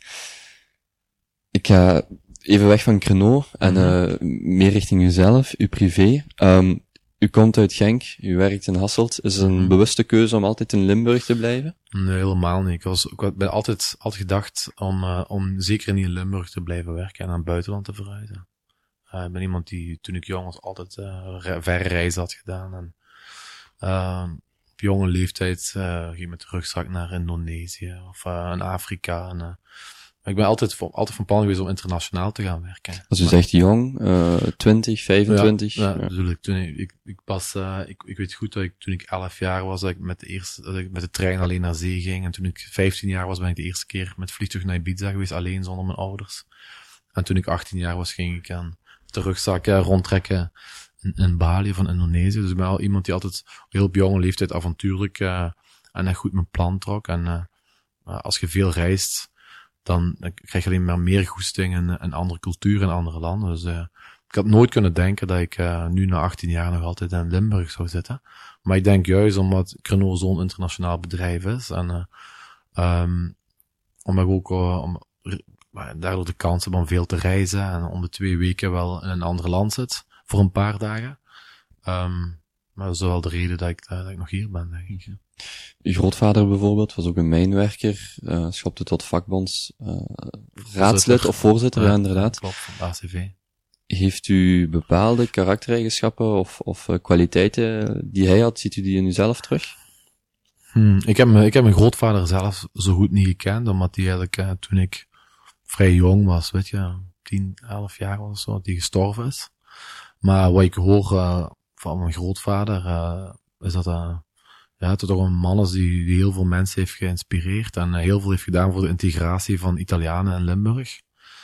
Ik ga even weg van Renault en mm-hmm. uh, meer richting uzelf, uw privé. Um, U komt uit Genk, u werkt in Hasselt. Is het een hmm. bewuste keuze om altijd in Limburg te blijven? Nee, helemaal niet. Ik, was, ik ben altijd, altijd gedacht om, uh, om zeker niet in Limburg te blijven werken en naar het buitenland te verhuizen. Uh, ik ben iemand die, toen ik jong was, altijd uh, re- verre reizen had gedaan. En, uh, op jonge leeftijd uh, ging ik met de rugzak naar Indonesië of uh, in Afrika. En, uh, ik ben altijd, altijd van plan geweest om internationaal te gaan werken. Als u maar, zegt jong, uh, twintig, vijfentwintig? Ja, ja, ja. bedoel ik. Toen ik, ik, ik pas, uh, ik, ik weet goed dat ik toen ik elf jaar was, dat ik met de eerste, dat ik met de trein alleen naar zee ging. En toen ik vijftien jaar was, ben ik de eerste keer met het vliegtuig naar Ibiza geweest, alleen zonder mijn ouders. En toen ik achttien jaar was, ging ik aan de rugzak uh, rondtrekken in, in Bali van Indonesië. Dus ik ben al iemand die altijd heel op jonge leeftijd avontuurlijk, uh, en echt goed mijn plan trok. En, uh, uh, als je veel reist, dan krijg je alleen maar meer goesting in, in andere culturen en andere landen. Dus uh, ik had nooit kunnen denken dat ik uh, nu na achttien jaar nog altijd in Limburg zou zitten. Maar ik denk juist omdat Renault zo'n internationaal bedrijf is en uh, um, omdat ik ook uh, om, uh, daardoor de kans heb om veel te reizen en om de twee weken wel in een ander land zit voor een paar dagen. Um, maar dat is wel de reden dat ik, uh, dat ik nog hier ben, denk ik. Uw grootvader bijvoorbeeld was ook een mijnwerker, uh, schopte tot vakbonds uh, raadslid of voorzitter, ja, ja inderdaad. Klopt, van A C V. Heeft u bepaalde karaktereigenschappen of, of uh, kwaliteiten die hij had, ziet u die in uzelf terug? Hmm, ik heb ik heb mijn grootvader zelf zo goed niet gekend, omdat hij eigenlijk uh, toen ik vrij jong was, weet je, tien, elf jaar of zo, dat hij gestorven is. Maar wat ik hoor uh, van mijn grootvader, uh, is dat uh, ja, het toch een man is die, die heel veel mensen heeft geïnspireerd en uh, heel veel heeft gedaan voor de integratie van Italianen in Limburg.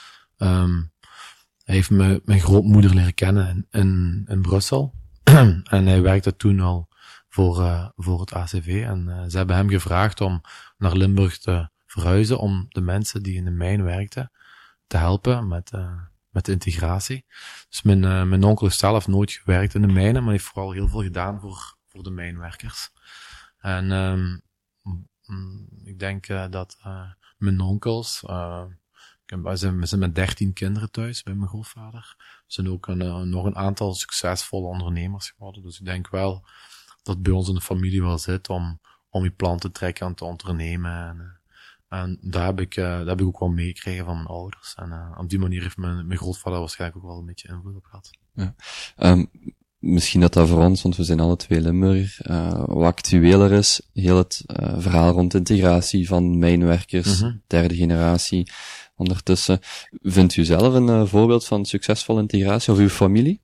Um, hij heeft me, mijn grootmoeder leren kennen in, in, in Brussel. En hij werkte toen al voor, uh, voor het A C V. En uh, ze hebben hem gevraagd om naar Limburg te verhuizen, om de mensen die in de mijn werkten te helpen met, uh, met de integratie. Dus mijn, uh, mijn onkel heeft zelf nooit gewerkt in de mijnen, maar heeft vooral heel veel gedaan voor, voor de mijnwerkers. En um, mm, ik denk uh, dat uh, mijn onkels, uh, ik heb, we, zijn, we zijn met dertien kinderen thuis bij mijn grootvader. Er zijn ook een, uh, nog een aantal succesvolle ondernemers geworden. Dus ik denk wel dat bij ons in de familie wel zit om, om je plan te trekken en te ondernemen. En, en daar heb ik, uh, daar heb ik ook wel meegekregen van mijn ouders. En uh, op die manier heeft mijn, mijn grootvader waarschijnlijk ook wel een beetje invloed op gehad. Ja. Um, misschien dat dat voor ons, want we zijn alle twee Limburger, uh, wat actueler is, heel het uh, verhaal rond integratie van mijnwerkers, mm-hmm. derde generatie ondertussen. Vindt u zelf een uh, voorbeeld van succesvolle integratie of uw familie?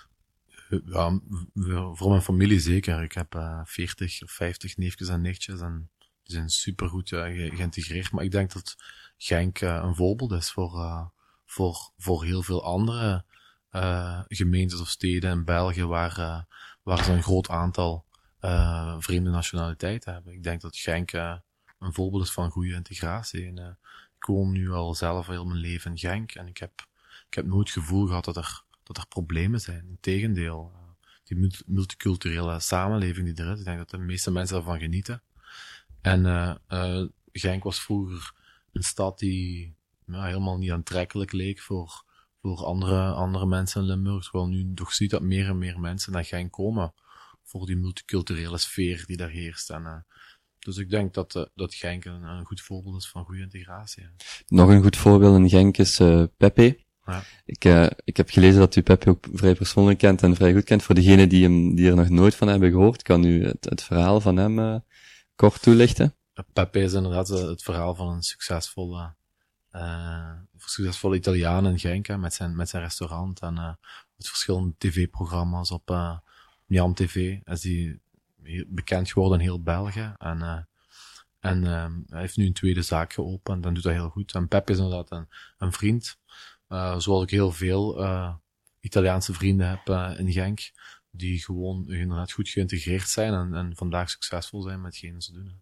Ja, voor mijn familie zeker. Ik heb uh, veertig of vijftig neefjes en nichtjes en die zijn supergoed uh, ge- geïntegreerd. Maar ik denk dat Genk uh, een voorbeeld is voor, uh, voor, voor heel veel andere uh, gemeentes of steden in België waar, uh, waar ze een groot aantal uh, vreemde nationaliteiten hebben. Ik denk dat Genk uh, een voorbeeld is van goede integratie. En, uh, ik woon nu al zelf heel mijn leven in Genk en ik heb, ik heb nooit het gevoel gehad dat er dat er problemen zijn. Integendeel, uh, die multiculturele samenleving die er is, ik denk dat de meeste mensen daarvan genieten. En uh, uh, Genk was vroeger een stad die ja, helemaal niet aantrekkelijk leek voor, voor andere, andere mensen in Limburg. Terwijl nu toch ziet dat meer en meer mensen naar Genk komen voor die multiculturele sfeer die daar heerst. En, uh, dus ik denk dat, uh, dat Genk een, een goed voorbeeld is van goede integratie. Nog een goed voorbeeld in Genk is uh, Pepe. Ja. Ik, uh, ik heb gelezen dat u Pepe ook vrij persoonlijk kent en vrij goed kent. Voor degenen die hem, die er nog nooit van hebben gehoord, kan u het, het verhaal van hem uh, kort toelichten? Pepe is inderdaad het verhaal van een succesvolle, uh, succesvolle Italiaan in Genk, hè, met zijn, met zijn restaurant en uh, met verschillende tv-programma's op uh, Jam T V. Is die bekend geworden in heel België en, uh, en uh, hij heeft nu een tweede zaak geopend en doet dat heel goed. En Pepe is inderdaad een, een vriend. Uh, zoals ik heel veel uh, Italiaanse vrienden heb uh, in Genk, die gewoon inderdaad goed geïntegreerd zijn en, en vandaag succesvol zijn met hetgeen ze doen.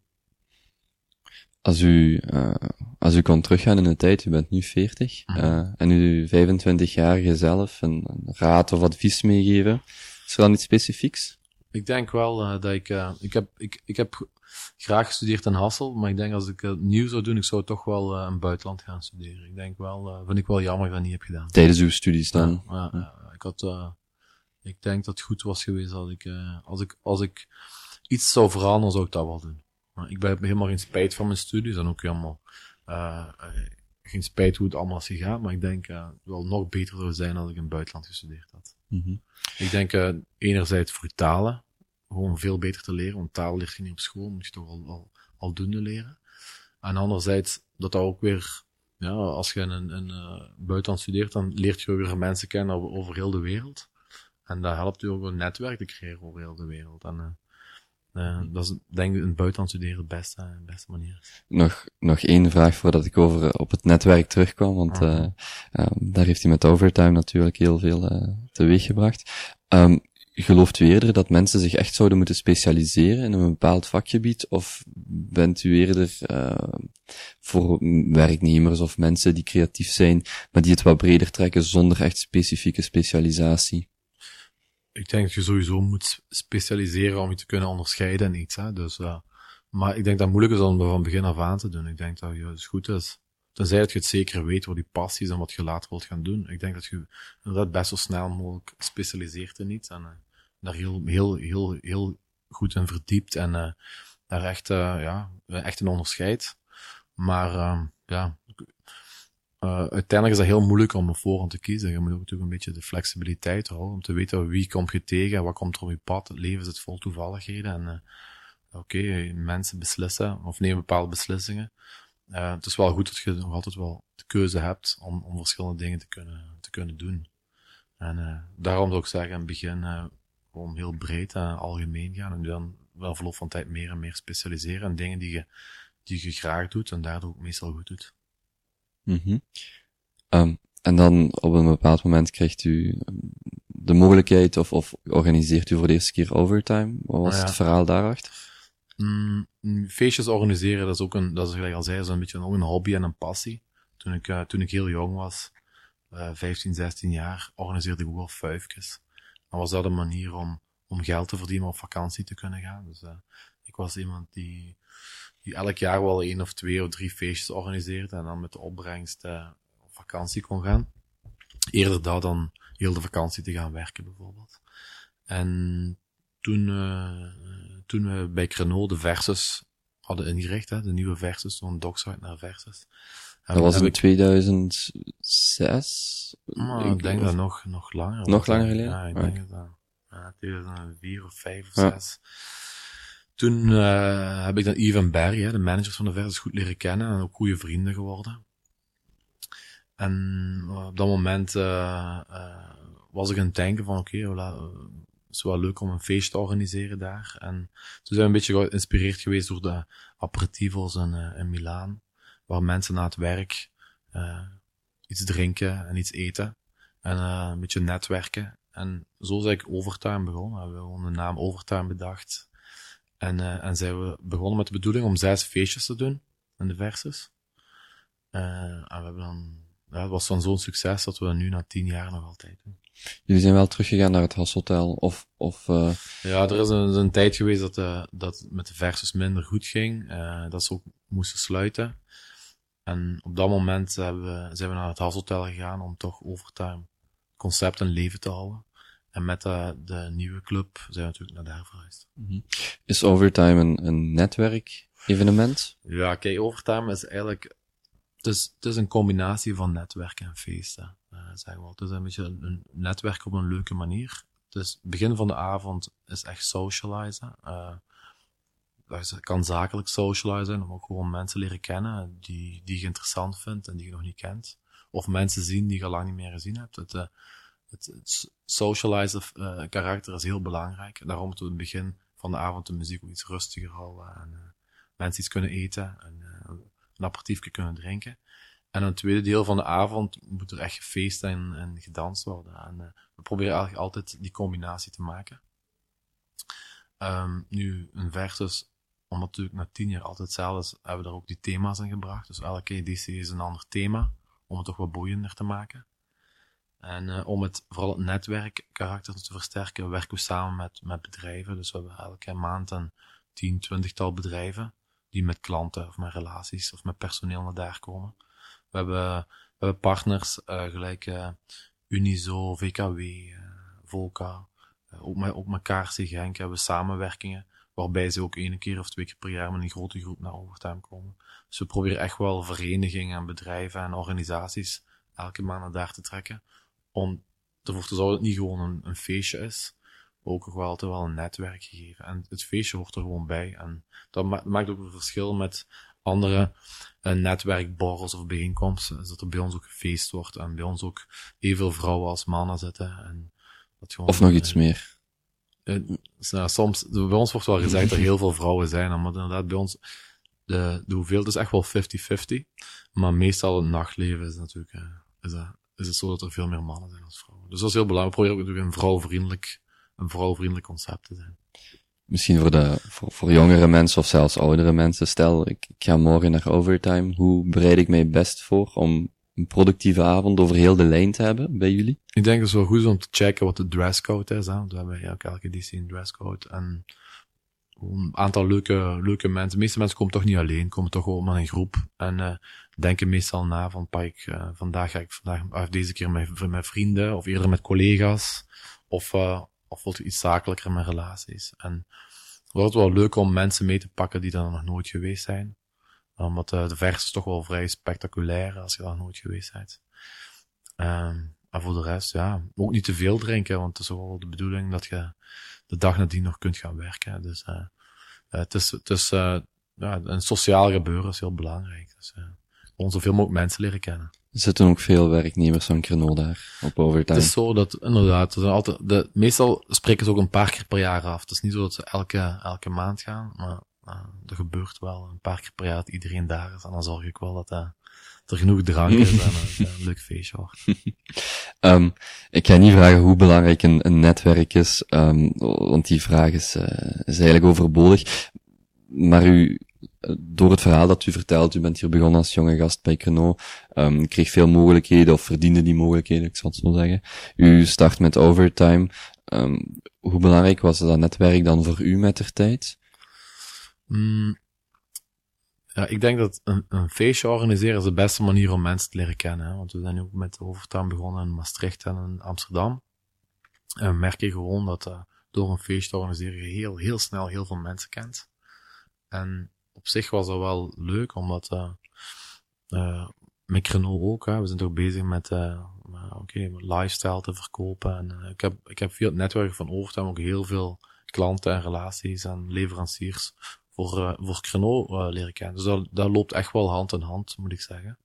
Als u, uh, als u kon teruggaan in de tijd, u bent nu veertig, uh, mm-hmm. en u vijfentwintigjarige zelf een, een raad of advies meegeven, is er dan iets specifieks? Ik denk wel uh, dat ik, uh, ik heb, ik, ik heb graag gestudeerd in Hasselt, maar ik denk als ik het nieuw zou doen, ik zou toch wel uh, in buitenland gaan studeren. Ik denk wel, uh, vind ik wel jammer dat ik dat niet heb gedaan. Tijdens uw studies dan? Ja, ja, ja. Ik had, uh, ik denk dat het goed was geweest als ik, uh, als ik, als ik iets zou veranderen, zou ik dat wel doen. Maar ik heb helemaal geen spijt van mijn studies en ook helemaal, uh, geen spijt hoe het allemaal is gegaan, maar ik denk, uh, wel nog beter zou zijn als ik in het buitenland gestudeerd had. Mm-hmm. Ik denk, uh, enerzijds voor talen, gewoon veel beter te leren, want taal leert je niet op school, moet je toch al, al, aldoende leren. En anderzijds, dat dat ook weer, ja, als je in een, in, uh, buitenland studeert, dan leert je weer mensen kennen over, over heel de wereld. En dat helpt je ook een netwerk te creëren over heel de wereld. En, uh, uh, dat is, denk ik, in het buitenland studeren de beste, uh, beste manier. Nog, nog één vraag voordat ik over uh, op het netwerk terugkwam, want, uh, uh, daar heeft hij met Overtime natuurlijk heel veel, uh, teweeg gebracht. Um, Gelooft u eerder dat mensen zich echt zouden moeten specialiseren in een bepaald vakgebied, of bent u eerder uh, voor werknemers of mensen die creatief zijn, maar die het wat breder trekken zonder echt specifieke specialisatie? Ik denk dat je sowieso moet specialiseren om je te kunnen onderscheiden in iets. Hè? Dus, uh, maar ik denk dat het moeilijk is om er van begin af aan te doen. Ik denk dat je het goed is. Tenzij dat je het zeker weet wat je passie is en wat je later wilt gaan doen. Ik denk dat je inderdaad best zo snel mogelijk specialiseert in iets en uh, daar heel, heel, heel, heel goed in verdiept en uh, daar echt, uh, ja, echt een onderscheid. Maar uh, ja, uh, uiteindelijk is dat heel moeilijk om op voorhand te kiezen. Je moet ook natuurlijk een beetje de flexibiliteit houden om te weten wie komt je tegen en wat komt er op je pad. Het leven zit vol toevalligheden en uh, oké, okay, mensen beslissen of nemen bepaalde beslissingen. Uh, het is wel goed dat je nog altijd wel de keuze hebt om, om verschillende dingen te kunnen, te kunnen doen. En uh, daarom zou ik zeggen, in het begin uh, gewoon heel breed en uh, algemeen gaan en dan wel verloop van tijd meer en meer specialiseren in dingen die je, die je graag doet en daardoor ook meestal goed doet. Mm-hmm. Um, en dan op een bepaald moment krijgt u de mogelijkheid of, of organiseert u voor de eerste keer Overtime. Wat was ah, ja. het verhaal daarachter? Mm, feestjes organiseren, dat is ook een, dat is gelijk al zei, dat is een beetje ook een hobby en een passie. Toen ik, uh, toen ik heel jong was, uh, vijftien, zestien jaar, organiseerde ik ook wel fuifjes. Dan was dat een manier om, om geld te verdienen, om op vakantie te kunnen gaan. Dus uh, ik was iemand die, die elk jaar wel één of twee of drie feestjes organiseerde en dan met de opbrengst uh, op vakantie kon gaan. Eerder dat dan heel de vakantie te gaan werken bijvoorbeeld. En toen, uh, toen we bij Creno de Versus hadden ingericht, hè, de nieuwe Versus, zo'n docksite naar Versus. Dat was in ik... tweeduizend zes? Nou, ik denk of... dat nog, nog langer. Nog langer geleden? Ja, ik denk okay. dat ja, tweeduizend vier of vijf of ja. zes. Toen uh, heb ik dan Yves en Barry, hè, de managers van de Versus, goed leren kennen en ook goede vrienden geworden. En uh, op dat moment uh, uh, was ik aan het denken van oké, okay, uh, het is wel leuk om een feest te organiseren daar. En toen zijn we een beetje geïnspireerd geweest door de aperitivos in, uh, in Milaan, waar mensen na het werk uh, iets drinken en iets eten en uh, een beetje netwerken. En zo is ik Overtime begonnen. We hebben gewoon de naam Overtime bedacht. En, uh, en zijn we begonnen met de bedoeling om zes feestjes te doen in de Versus. Uh, en we hebben dan, ja, het was dan zo'n succes dat we dat nu na tien jaar nog altijd doen. Jullie zijn wel teruggegaan naar het Hashotel, of, of, uh... Ja, er is een, een tijd geweest dat, uh, dat het met de Versus minder goed ging, uh, dat ze ook moesten sluiten. En op dat moment hebben we, zijn we naar het Hashotel gegaan om toch Overtime concept in leven te houden. En met de, de nieuwe club zijn we natuurlijk naar daar verhuisd. Mm-hmm. Is Overtime een, een netwerk-evenement? Ja, kijk, Overtime is eigenlijk, het is, het is een combinatie van netwerken en feesten. Uh, zeg wel. Het is een beetje een, een netwerk op een leuke manier. Dus het begin van de avond is echt socializen. Uh, dat kan zakelijk socializen zijn, om ook gewoon mensen leren kennen die, die je interessant vindt en die je nog niet kent. Of mensen zien die je al lang niet meer gezien hebt. Het, uh, het, het socialize uh, karakter is heel belangrijk. Daarom moeten we in het begin van de avond de muziek ook iets rustiger houden. En uh, mensen iets kunnen eten en uh, een aperitiefje kunnen drinken. En een tweede deel van de avond moet er echt gefeest en, en gedanst worden. En uh, we proberen eigenlijk altijd die combinatie te maken. Um, nu, een Versus, omdat natuurlijk na tien jaar altijd hetzelfde is, hebben we daar ook die thema's in gebracht. Dus elke editie is een ander thema, om het toch wat boeiender te maken. En uh, om het, vooral het netwerkkarakter te versterken, werken we samen met, met bedrijven. Dus we hebben elke maand een tien, twintigtal bedrijven, die met klanten of met relaties of met personeel naar daar komen. We hebben, we hebben partners, uh, gelijk uh, Unizo, V K W, uh, Volca, uh, ook met, ook met K R C Genk hebben we samenwerkingen, waarbij ze ook één keer of twee keer per jaar met een grote groep naar Overtime komen. Dus we proberen echt wel verenigingen en bedrijven en organisaties elke maand naar daar te trekken, om ervoor te zorgen dat het niet gewoon een, een feestje is, maar ook nog wel altijd wel een netwerk gegeven. En het feestje hoort er gewoon bij. En dat ma- maakt ook een verschil met andere uh, netwerkborrels of bijeenkomsten, is dat er bij ons ook gefeest wordt en bij ons ook evenveel vrouwen als mannen zitten. En dat gewoon, of nog iets uh, meer. Uh, nou, soms, bij ons wordt wel gezegd dat er heel veel vrouwen zijn, maar inderdaad bij ons, de, de hoeveelheid is echt wel vijftig vijftig, maar meestal het nachtleven is natuurlijk, uh, is, uh, is het zo dat er veel meer mannen zijn als vrouwen. Dus dat is heel belangrijk. We proberen ook natuurlijk een vrouwvriendelijk, een vrouwvriendelijk concept te zijn. Misschien voor de, voor, voor jongere mensen of zelfs oudere mensen, stel, ik, ik ga morgen naar Overtime, hoe bereid ik mij best voor om een productieve avond over heel de lijn te hebben bij jullie? Ik denk dat het wel goed is om te checken wat de dresscode is, hè. Want we hebben ja, elke editie een dresscode en een aantal leuke, leuke mensen. De meeste mensen komen toch niet alleen, komen toch gewoon met een groep en uh, denken meestal na van, pak ik, uh, vandaag ga ik vandaag, uh, deze keer met, met vrienden of eerder met collega's of, uh, of wordt het iets zakelijker met relaties. En het wordt wel leuk om mensen mee te pakken die daar nog nooit geweest zijn. Omdat uh, de Versus is toch wel vrij spectaculair als je daar nog nooit geweest bent. Um, en voor de rest, ja, ook niet te veel drinken, want het is wel de bedoeling dat je de dag nadien nog kunt gaan werken. Dus uh, uh, het is, het is uh, ja, een sociaal gebeuren is heel belangrijk. Dus uh, gewoon zoveel mogelijk mensen leren kennen. Er zitten ook veel werknemers van Creno daar op Overtime. Het is zo dat, inderdaad, er zijn altijd, de, meestal spreken ze ook een paar keer per jaar af. Het is niet zo dat ze elke, elke maand gaan, maar uh, er gebeurt wel een paar keer per jaar dat iedereen daar is. En dan zorg ik wel dat uh, er genoeg drank is en uh, het een leuk feestje wordt. um, ik ga niet vragen hoe belangrijk een, een netwerk is, um, want die vraag is, uh, is eigenlijk overbodig. Maar u, door het verhaal dat u vertelt, u bent hier begonnen als jonge gast bij Krenot, um, kreeg veel mogelijkheden, of verdiende die mogelijkheden, ik zal het zo zeggen. U start met Overtime. Um, hoe belangrijk was dat netwerk dan voor u mettertijd? Mm, ja, ik denk dat een, een feestje organiseren is de beste manier om mensen te leren kennen. Hè? Want we zijn nu ook met Overtime begonnen in Maastricht en in Amsterdam. En we merken gewoon dat uh, door een feestje te organiseren je heel, heel snel heel veel mensen kent. En op zich was dat wel leuk, omdat uh, uh, met Krenot ook, hè, we zijn toch bezig met uh, uh, okay, lifestyle te verkopen. En uh, ik heb, ik heb via het netwerk van Overtime ook heel veel klanten en relaties en leveranciers voor, uh, voor Krenot uh, leren kennen. Dus dat, dat loopt echt wel hand in hand, moet ik zeggen.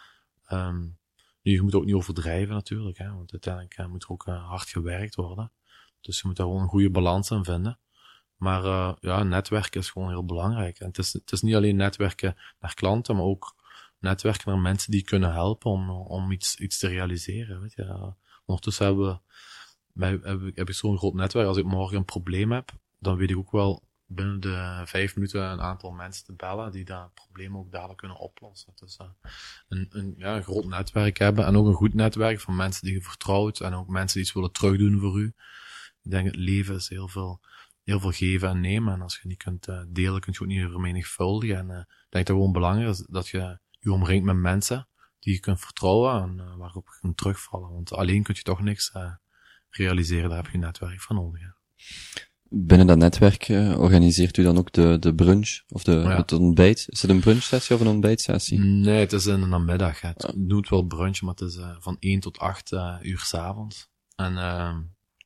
Um, nu, je moet ook niet overdrijven natuurlijk, hè, want uiteindelijk uh, moet er ook uh, hard gewerkt worden. Dus je moet daar gewoon een goede balans in vinden. Maar uh, ja, netwerken is gewoon heel belangrijk. En het is, het is niet alleen netwerken naar klanten, maar ook netwerken naar mensen die kunnen helpen om, om iets, iets te realiseren. Weet je. Ondertussen hebben we, wij, heb, ik, heb ik zo'n groot netwerk. Als ik morgen een probleem heb, dan weet ik ook wel binnen de vijf minuten een aantal mensen te bellen die dat probleem ook dadelijk kunnen oplossen. Dus uh, een, een, ja, een groot netwerk hebben en ook een goed netwerk van mensen die je vertrouwt en ook mensen die iets willen terugdoen voor u. Ik denk het leven is heel veel, heel veel geven en nemen. En als je niet kunt uh, delen, kun je ook niet vermenigvuldigen. En uh, ik denk dat gewoon belangrijk is dat je je omringt met mensen die je kunt vertrouwen en uh, waarop je kunt terugvallen. Want alleen kun je toch niks uh, realiseren, daar heb je een netwerk voor nodig. Hè. Binnen dat netwerk uh, organiseert u dan ook de, de brunch of de, ja. het ontbijt? Is het een brunchsessie of een ontbijtsessie? Nee, het is in de namiddag. Het ja. noemt wel brunch, maar het is uh, van één tot acht uh, uur 's avonds. En uh,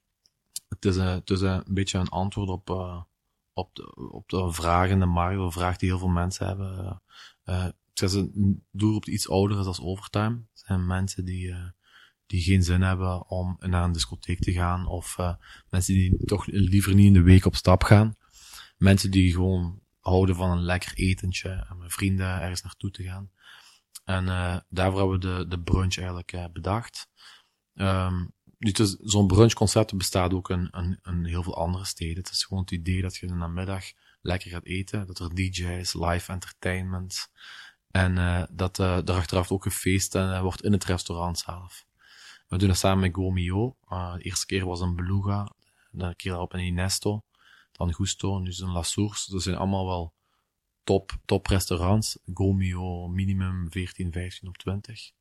het is, uh, het is uh, een beetje een antwoord op, uh, op, de, op de vraag in de markt, de vraag die heel veel mensen hebben. Uh, het is een doelgroep die iets ouder is als Overtime. Het zijn mensen die, uh, die geen zin hebben om naar een discotheek te gaan, of uh, mensen die toch liever niet in de week op stap gaan. Mensen die gewoon houden van een lekker etentje en met vrienden ergens naartoe te gaan. En uh, daarvoor hebben we de, de brunch eigenlijk uh, bedacht. Um, dus zo'n brunchconcept bestaat ook in, in, in heel veel andere steden. Het is gewoon het idee dat je in de namiddag lekker gaat eten, dat er D J's, live entertainment, en uh, dat uh, er achteraf ook gefeest uh, wordt in het restaurant zelf. We doen dat samen met Gomio. Uh, de eerste keer was een Beluga, de keer daarop een Inesto, dan Gusto, nu is een La Source. Dat zijn allemaal wel top, top restaurants. Gomio minimum veertien, vijftien op twintig.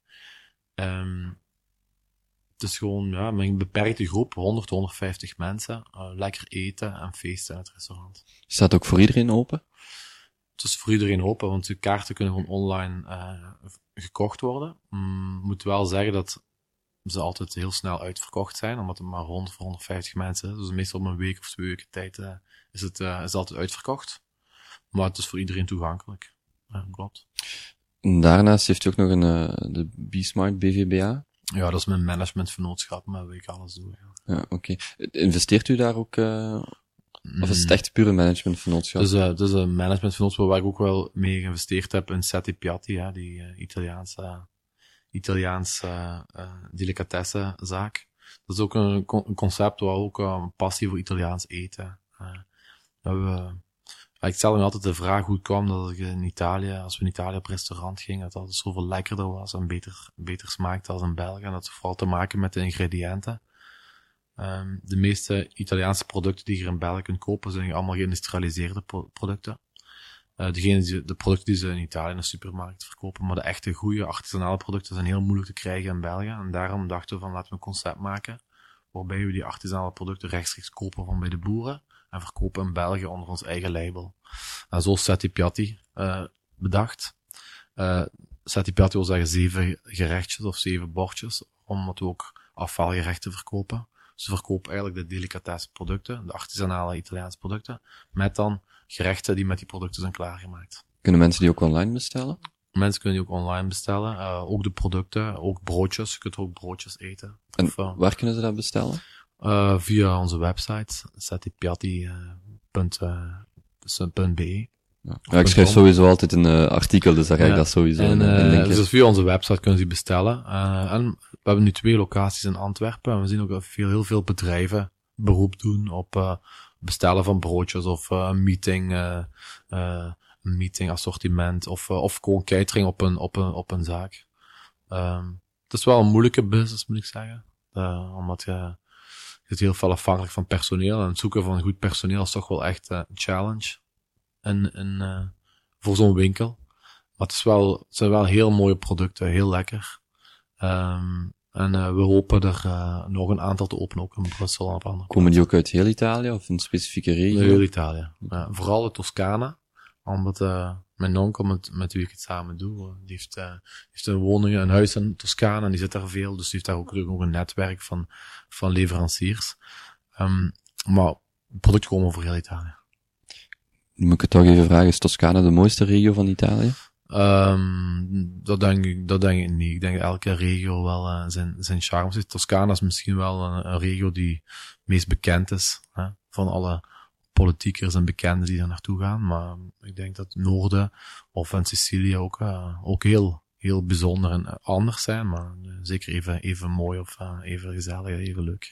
Um, het is gewoon, ja, met een beperkte groep, honderd, honderdvijftig mensen, uh, lekker eten en feesten in het restaurant. Staat ook voor iedereen open? Het is voor iedereen open, want de kaarten kunnen gewoon online uh, gekocht worden. Mm, moet wel zeggen dat ze altijd heel snel uitverkocht zijn, omdat het maar honderd voor honderdvijftig mensen is. Dus meestal op een week of twee weken tijd uh, is, het, uh, is het altijd uitverkocht. Maar het is voor iedereen toegankelijk. Ja, klopt. En daarnaast heeft u ook nog een, uh, de B-Smart B V B A? Ja, dat is mijn managementvernootschap, maar waar ik alles doe. Ja, ja oké. Okay. Investeert u daar ook, uh, of is het echt pure managementvernootschap? Dus, uh, het is een managementvernootschap waar ik ook wel mee geïnvesteerd heb in Setti Piatti, ja, die uh, Italiaanse, Italiaanse uh, uh, delicatessenzaak. Dat is ook een, een concept waar ook uh, een passie voor Italiaans eten. Uh, dat we, ik stelde me altijd de vraag hoe het kwam dat ik in Italië, als we in Italië op restaurant gingen, dat het altijd zoveel lekkerder was en beter, beter smaakte als in België. En dat had vooral te maken met de ingrediënten. Um, de meeste Italiaanse producten die je in België kunt kopen, zijn allemaal geïndustrialiseerde pro- producten. Uh, degene die, de producten die ze in Italië in de supermarkt verkopen, maar de echte goede artisanale producten zijn heel moeilijk te krijgen in België. En daarom dachten we van, laten we een concept maken, waarbij we die artisanale producten rechtstreeks kopen van bij de boeren en verkopen in België onder ons eigen label. En zo is Setti Piatti uh, bedacht. Uh, Setti Piatti wil zeggen zeven gerechtjes of zeven bordjes, omdat we ook afvalgerechten verkopen. Ze verkopen eigenlijk de delicatesse producten, de artisanale Italiaanse producten, met dan gerechten die met die producten zijn klaargemaakt. Kunnen mensen die ook online bestellen? Mensen kunnen die ook online bestellen. Uh, ook de producten, ook broodjes. Je kunt ook broodjes eten. En of, uh, waar kunnen ze dat bestellen? Uh, via onze website, settipiatti punt b e. Ja. ja, ik schrijf sowieso altijd een uh, artikel, dus daar ga ik ja. dat sowieso en, in, in uh, Dus via onze website kunnen ze die bestellen. Uh, en we hebben nu twee locaties in Antwerpen. En we zien ook dat veel, heel veel bedrijven beroep doen op uh, bestellen van broodjes of uh, een meeting, uh, uh, een meeting, assortiment, of, uh, of gewoon catering op een, op een, op een zaak. Um, het is wel een moeilijke business, moet ik zeggen. Uh, omdat je, je zit heel veel afhankelijk van personeel, en het zoeken van goed personeel is toch wel echt uh, een challenge in, in, uh, voor zo'n winkel. Maar het is wel, het zijn wel heel mooie producten, heel lekker. Um, en uh, we hopen er uh, nog een aantal te openen, ook in Brussel en op andere Komen die ook uit heel Italië of een specifieke regio? Heel Italië. Ja, vooral de Toscana. Omdat uh, mijn onkel, met, met wie ik het samen doe, uh, die heeft, uh, heeft een woning, een huis in Toscana en die zit daar veel. Dus die heeft daar ook, ook een netwerk van, van leveranciers. Um, maar producten komen over heel Italië. Moet ik het toch even vragen, is Toscana de mooiste regio van Italië? Um, dat denk ik, dat denk ik niet. Ik denk dat elke regio wel uh, zijn, zijn charme heeft. Toscana is misschien wel een, een regio die meest bekend is, hè, van alle politiekers en bekenden die daar naartoe gaan. Maar ik denk dat het noorden of in Sicilië ook, uh, ook heel, heel bijzonder en anders zijn, maar uh, zeker even, even mooi of uh, even gezellig, even leuk.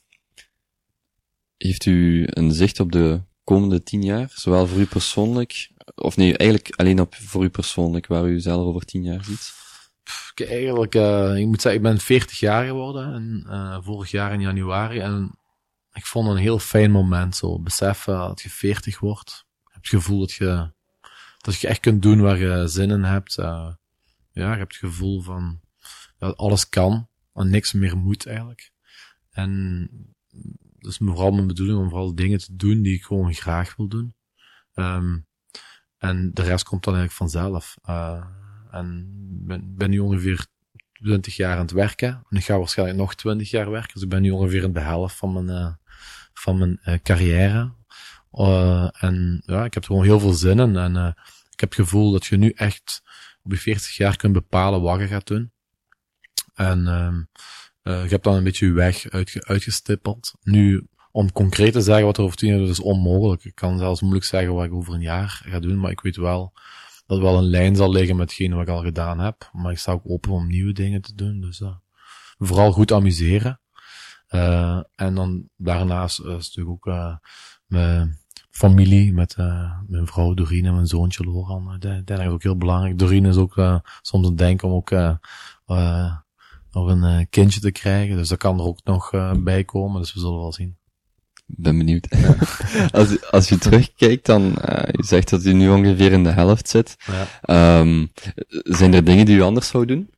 Heeft u een zicht op de komende tien jaar, zowel voor u persoonlijk, of nee, eigenlijk alleen op voor u persoonlijk, waar u zelf over tien jaar ziet? Ik, eigenlijk, uh, ik moet zeggen, ik ben veertig jaar geworden, en, uh, vorig jaar in januari, en ik vond het een heel fijn moment, zo beseffen dat je veertig wordt. Je hebt het gevoel dat je, dat je echt kunt doen waar je zin in hebt. Uh, ja, je hebt het gevoel van, dat alles kan, en niks meer moet eigenlijk. En dat is vooral mijn bedoeling om vooral dingen te doen die ik gewoon graag wil doen. Um, en de rest komt dan eigenlijk vanzelf. Uh, en ben, ben nu ongeveer twintig jaar aan het werken. En ik ga waarschijnlijk nog twintig jaar werken. Dus ik ben nu ongeveer in de helft van mijn, uh, van mijn uh, carrière. Uh, en ja, ik heb er gewoon heel veel zin in. En uh, ik heb het gevoel dat je nu echt op je veertig jaar kunt bepalen wat je gaat doen. En um, uh, je hebt dan een beetje je weg uitge- uitgestippeld. Nu, om concreet te zeggen wat er over tien jaar doet, is onmogelijk. Ik kan zelfs moeilijk zeggen wat ik over een jaar ga doen, maar ik weet wel dat er wel een lijn zal liggen met hetgeen wat ik al gedaan heb. Maar ik sta ook open om nieuwe dingen te doen. Dus uh, vooral goed amuseren. Uh, en dan daarnaast uh, is natuurlijk ook uh, mijn familie met uh, mijn vrouw Doreen en mijn zoontje Loran. Uh, dat, dat is ook heel belangrijk. Doreen is ook uh, soms aan het denken om ook uh, uh, nog een uh, kindje te krijgen. Dus dat kan er ook nog uh, bij komen. Dus we zullen wel zien. Ben benieuwd. Ja. als, als je terugkijkt, dan, uh, je zegt dat u nu ongeveer in de helft zit. Ja. Um, zijn er dingen die u anders zou doen?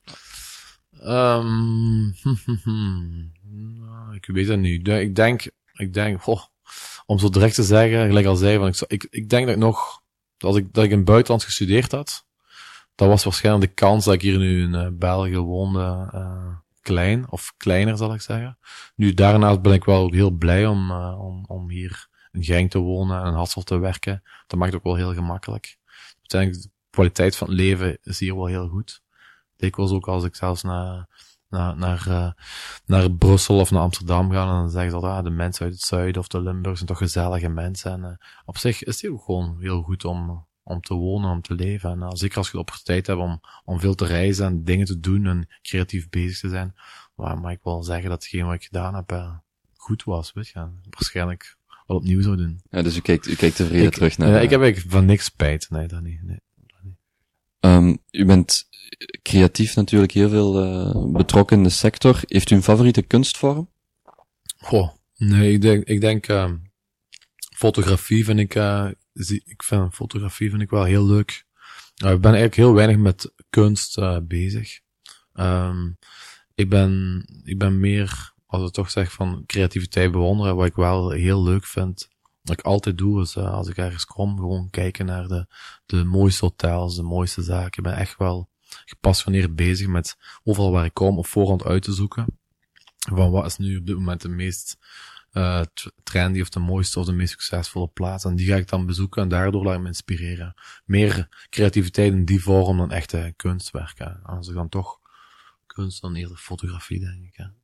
Um, ik weet het niet. Ik denk, ik denk, oh, om zo direct te zeggen, gelijk al zei, van ik, ik, ik denk dat ik nog, dat ik, dat ik in het buitenland gestudeerd had, dat was waarschijnlijk de kans dat ik hier nu in uh, België woonde, uh, klein, of kleiner zal ik zeggen. Nu, daarnaast ben ik wel ook heel blij om, uh, om, om hier in Genk te wonen en in Hasselt te werken. Dat maakt ook wel heel gemakkelijk. Uiteindelijk, de kwaliteit van het leven is hier wel heel goed. Dikwijls ook als ik zelfs naar, naar, naar, uh, naar Brussel of naar Amsterdam ga, dan zeggen ze dat ah, de mensen uit het zuiden of de Limburg zijn toch gezellige mensen. En uh, op zich is het ook gewoon heel goed om, om te wonen, om te leven. En uh, zeker als je de opportuniteit hebt om, om veel te reizen en dingen te doen en creatief bezig te zijn, maar mag ik wel zeggen dat hetgeen wat ik gedaan heb uh, goed was, weet je. Waarschijnlijk wel opnieuw zou doen. Ja, dus u kijkt, u kijkt tevreden ik, terug naar... Ja, ik heb eigenlijk van niks spijt. Nee, dat niet. Nee, dat niet. Um, u bent creatief natuurlijk heel veel uh, betrokken in de sector. Heeft u een favoriete kunstvorm? Goh, nee, ik denk, ik denk uh, fotografie vind ik, uh, ik vind fotografie vind ik wel heel leuk. Uh, ik ben eigenlijk heel weinig met kunst uh, bezig. Um, ik ben, ik ben meer, als ik toch zeg van creativiteit bewonderen, wat ik wel heel leuk vind, wat ik altijd doe, is uh, als ik ergens kom, gewoon kijken naar de, de mooiste hotels, de mooiste zaken. Ik ben echt wel gepassioneerd bezig met overal waar ik kom op voorhand uit te zoeken. Van wat is nu op dit moment de meest uh, trendy of de mooiste of de meest succesvolle plaats. En die ga ik dan bezoeken en daardoor laat ik me inspireren. Meer creativiteit in die vorm dan echte kunstwerken. Als ik dan toch kunst, dan eerder fotografie, denk ik. Ja.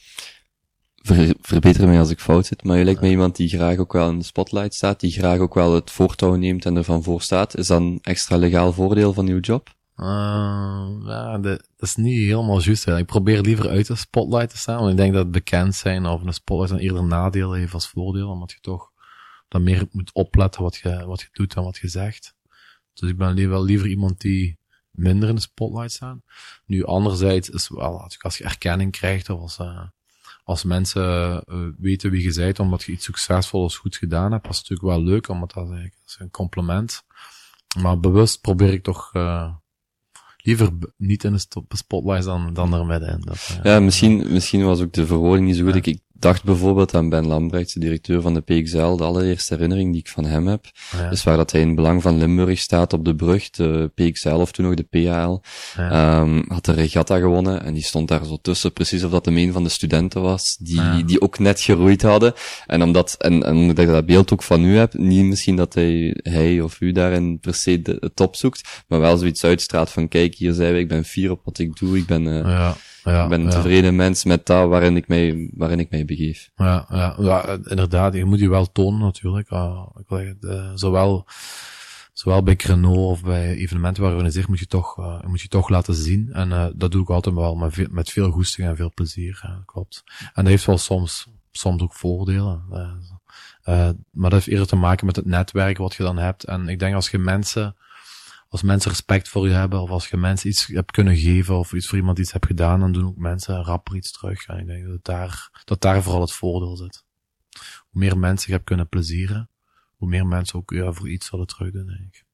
Ver, verbeter mij als ik fout zit, maar je lijkt me iemand die graag ook wel in de spotlight staat, die graag ook wel het voortouw neemt en ervan voor staat. Is dat een extra legaal voordeel van uw job? Uh, ja, de, dat is niet helemaal juist. Ik probeer liever uit de spotlight te staan, want ik denk dat bekend zijn of een spotlight dan eerder nadelen heeft als voordeel, omdat je toch dan meer moet opletten wat je, wat je doet en wat je zegt. Dus ik ben li- wel liever iemand die minder in de spotlight staat. Nu, anderzijds is wel, als je erkenning krijgt, of als, uh, als mensen uh, weten wie je bent, omdat je iets succesvols goed gedaan hebt, dat is natuurlijk wel leuk, omdat dat, dat is een compliment. Maar bewust probeer ik toch uh, liever b- niet in de sto- spotlight dan, dan er middenin. Dat, uh, Ja, misschien, misschien was ook de verwoording niet zo goed. Ja. Ik, ik dacht bijvoorbeeld aan Ben Lambrechts, de directeur van de P X L. De allereerste herinnering die ik van hem heb, ja, is waar dat hij in Belang van Limburg staat op de brug, de P X L of toen nog de P A L. ja, Um, had de regatta gewonnen en die stond daar zo tussen, precies of dat hem een van de studenten was, die, Ja. die ook net geroeid hadden. En omdat, en, en omdat ik dat beeld ook van u heb, niet misschien dat hij, hij of u daarin per se de, het top zoekt, maar wel zoiets uitstraalt van, kijk, hier zijn we, ik ben fier op wat ik doe, ik ben, uh, ja, ja, ik ben een ja. tevreden mens met dat waarin ik mij, waarin ik mij begeef. Ja, ja, ja, inderdaad, je moet je wel tonen natuurlijk. Uh, ik wil zeggen, de, zowel, zowel bij Renault of bij evenementen waar je organiseert, moet je toch, uh, moet je toch laten zien. En uh, dat doe ik altijd wel met veel, met veel goesting en veel plezier. Ja, klopt. En dat heeft wel soms, soms ook voordelen. Uh, uh, maar dat heeft eerder te maken met het netwerk wat je dan hebt. En ik denk als je mensen, als mensen respect voor je hebben, of als je mensen iets hebt kunnen geven, of iets voor iemand iets hebt gedaan, dan doen ook mensen rapper iets terug. En ik denk dat daar, dat daar vooral het voordeel zit. Hoe meer mensen je hebt kunnen plezieren, hoe meer mensen ook ja, voor iets zullen terugdoen, denk ik.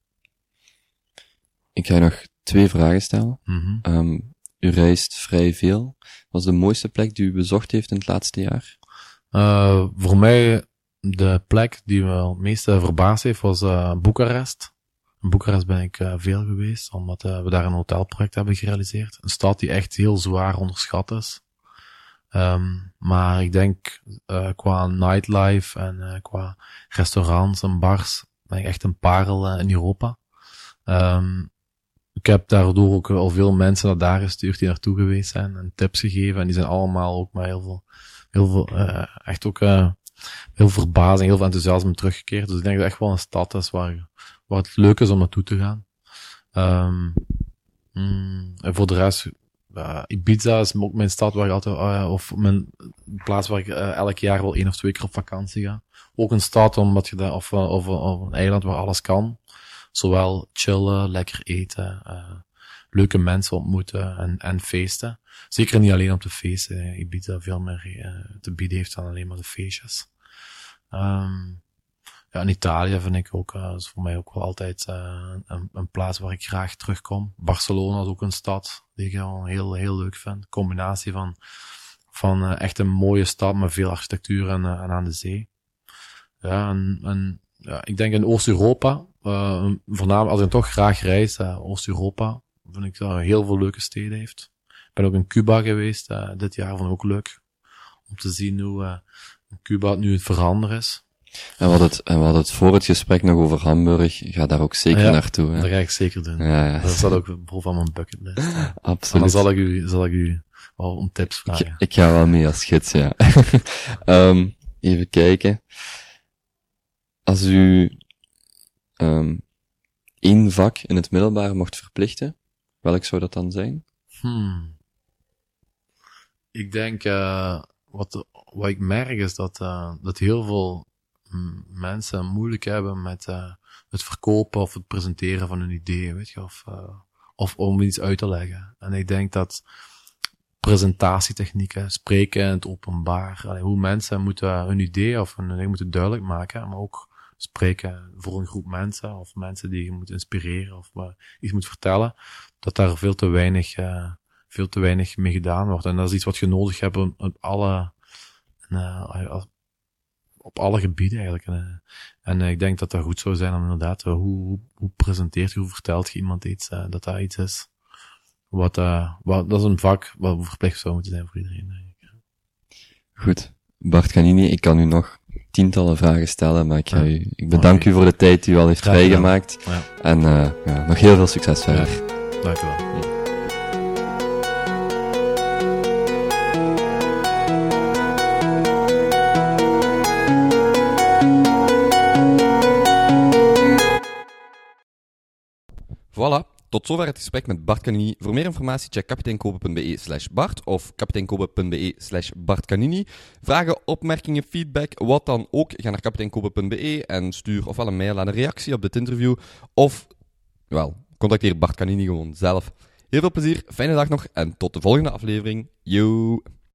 Ik ga je nog twee vragen stellen. Mm-hmm. Um, u reist vrij veel. Wat is de mooiste plek die u bezocht heeft in het laatste jaar? Uh, voor mij, de plek die me het meeste verbaasd heeft, was uh, Boekarest. In Boekarest ben ik uh, veel geweest, omdat uh, we daar een hotelproject hebben gerealiseerd. Een stad die echt heel zwaar onderschat is. Um, maar ik denk, uh, qua nightlife en uh, qua restaurants en bars, ben ik echt een parel uh, in Europa. Um, ik heb daardoor ook al veel mensen naar daar gestuurd die naartoe geweest zijn en tips gegeven. En die zijn allemaal ook met heel veel, heel veel, uh, echt ook, uh, heel verbazing, heel veel enthousiasme teruggekeerd. Dus ik denk dat het echt wel een stad is waar, waar het leuk is om naartoe te gaan. Um, mm, en voor de rest, uh, Ibiza is ook mijn stad waar ik altijd, uh, of mijn plaats waar ik uh, elk jaar wel één of twee keer op vakantie ga. Ook een stad omdat je daar, of, of, of een eiland waar alles kan. Zowel chillen, lekker eten, uh, leuke mensen ontmoeten en, en feesten. Zeker niet alleen op de feesten. Ibiza veel meer uh, te bieden heeft dan alleen maar de feestjes. Um, ja, in Italië vind ik ook, uh, is voor mij ook wel altijd uh, een, een plaats waar ik graag terugkom. Barcelona is ook een stad die ik wel heel, heel leuk vind. Een combinatie van, van uh, echt een mooie stad met veel architectuur en, uh, en aan de zee. Ja, en, en ja, ik denk in Oost-Europa, uh, voornamelijk als ik toch graag reis, uh, Oost-Europa, vind ik dat heel veel leuke steden heeft. Ik ben ook in Cuba geweest, uh, dit jaar, vond ik ook leuk. Om te zien hoe uh, Cuba nu het veranderen is. En we hadden het, en we hadden het voor het gesprek nog over Hamburg. Ga daar ook zeker Ja, naartoe. Hè? Dat ga ik zeker doen. Ja, ja. Dat staat ook boven van mijn bucketlist. Ja. En dan Absoluut. zal ik u, zal ik u wel om tips vragen. Ik, ik ga wel mee als gids, ja. um, even kijken. Als u um, één vak in het middelbaar mocht verplichten, welk zou dat dan zijn? Hmm. Ik denk, uh, wat, wat ik merk is dat, uh, dat heel veel m- mensen moeilijk hebben met uh, het verkopen of het presenteren van hun ideeën, weet je, of, uh, of om iets uit te leggen. En ik denk dat presentatietechnieken, spreken in het openbaar, allee, hoe mensen moeten hun ideeën of hun dingen moeten duidelijk maken, maar ook spreken voor een groep mensen, of mensen die je moet inspireren, of uh, iets moet vertellen, dat daar veel te weinig, uh, veel te weinig mee gedaan wordt. En dat is iets wat je nodig hebt op, op alle, uh, op alle gebieden eigenlijk. En, en ik denk dat dat goed zou zijn om inderdaad, uh, hoe, hoe, hoe presenteert je, hoe vertelt je iemand iets, uh, dat dat iets is. Wat, uh, wat, dat is een vak wat verplicht zou moeten zijn voor iedereen, denk ik. Goed. Bart Canini, ik kan u nog tientallen vragen stellen, maar ik, ga Ja. u, ik bedank Okay. u voor de tijd die u al heeft Graag gedaan. vrijgemaakt. Ja. En uh, ja, nog heel veel succes verder. Ja. Dank u wel. Voilà, tot zover het gesprek met Bart Canini. Voor meer informatie check kapiteinkobe.be slash Bart of kapiteinkobe.be slash Bart Canini. Vragen, opmerkingen, feedback, wat dan ook, ga naar kapiteinkobe.be en stuur ofwel een mail aan een reactie op dit interview of wel, contacteer Bart Canini gewoon zelf. Heel veel plezier, fijne dag nog en tot de volgende aflevering. Yo!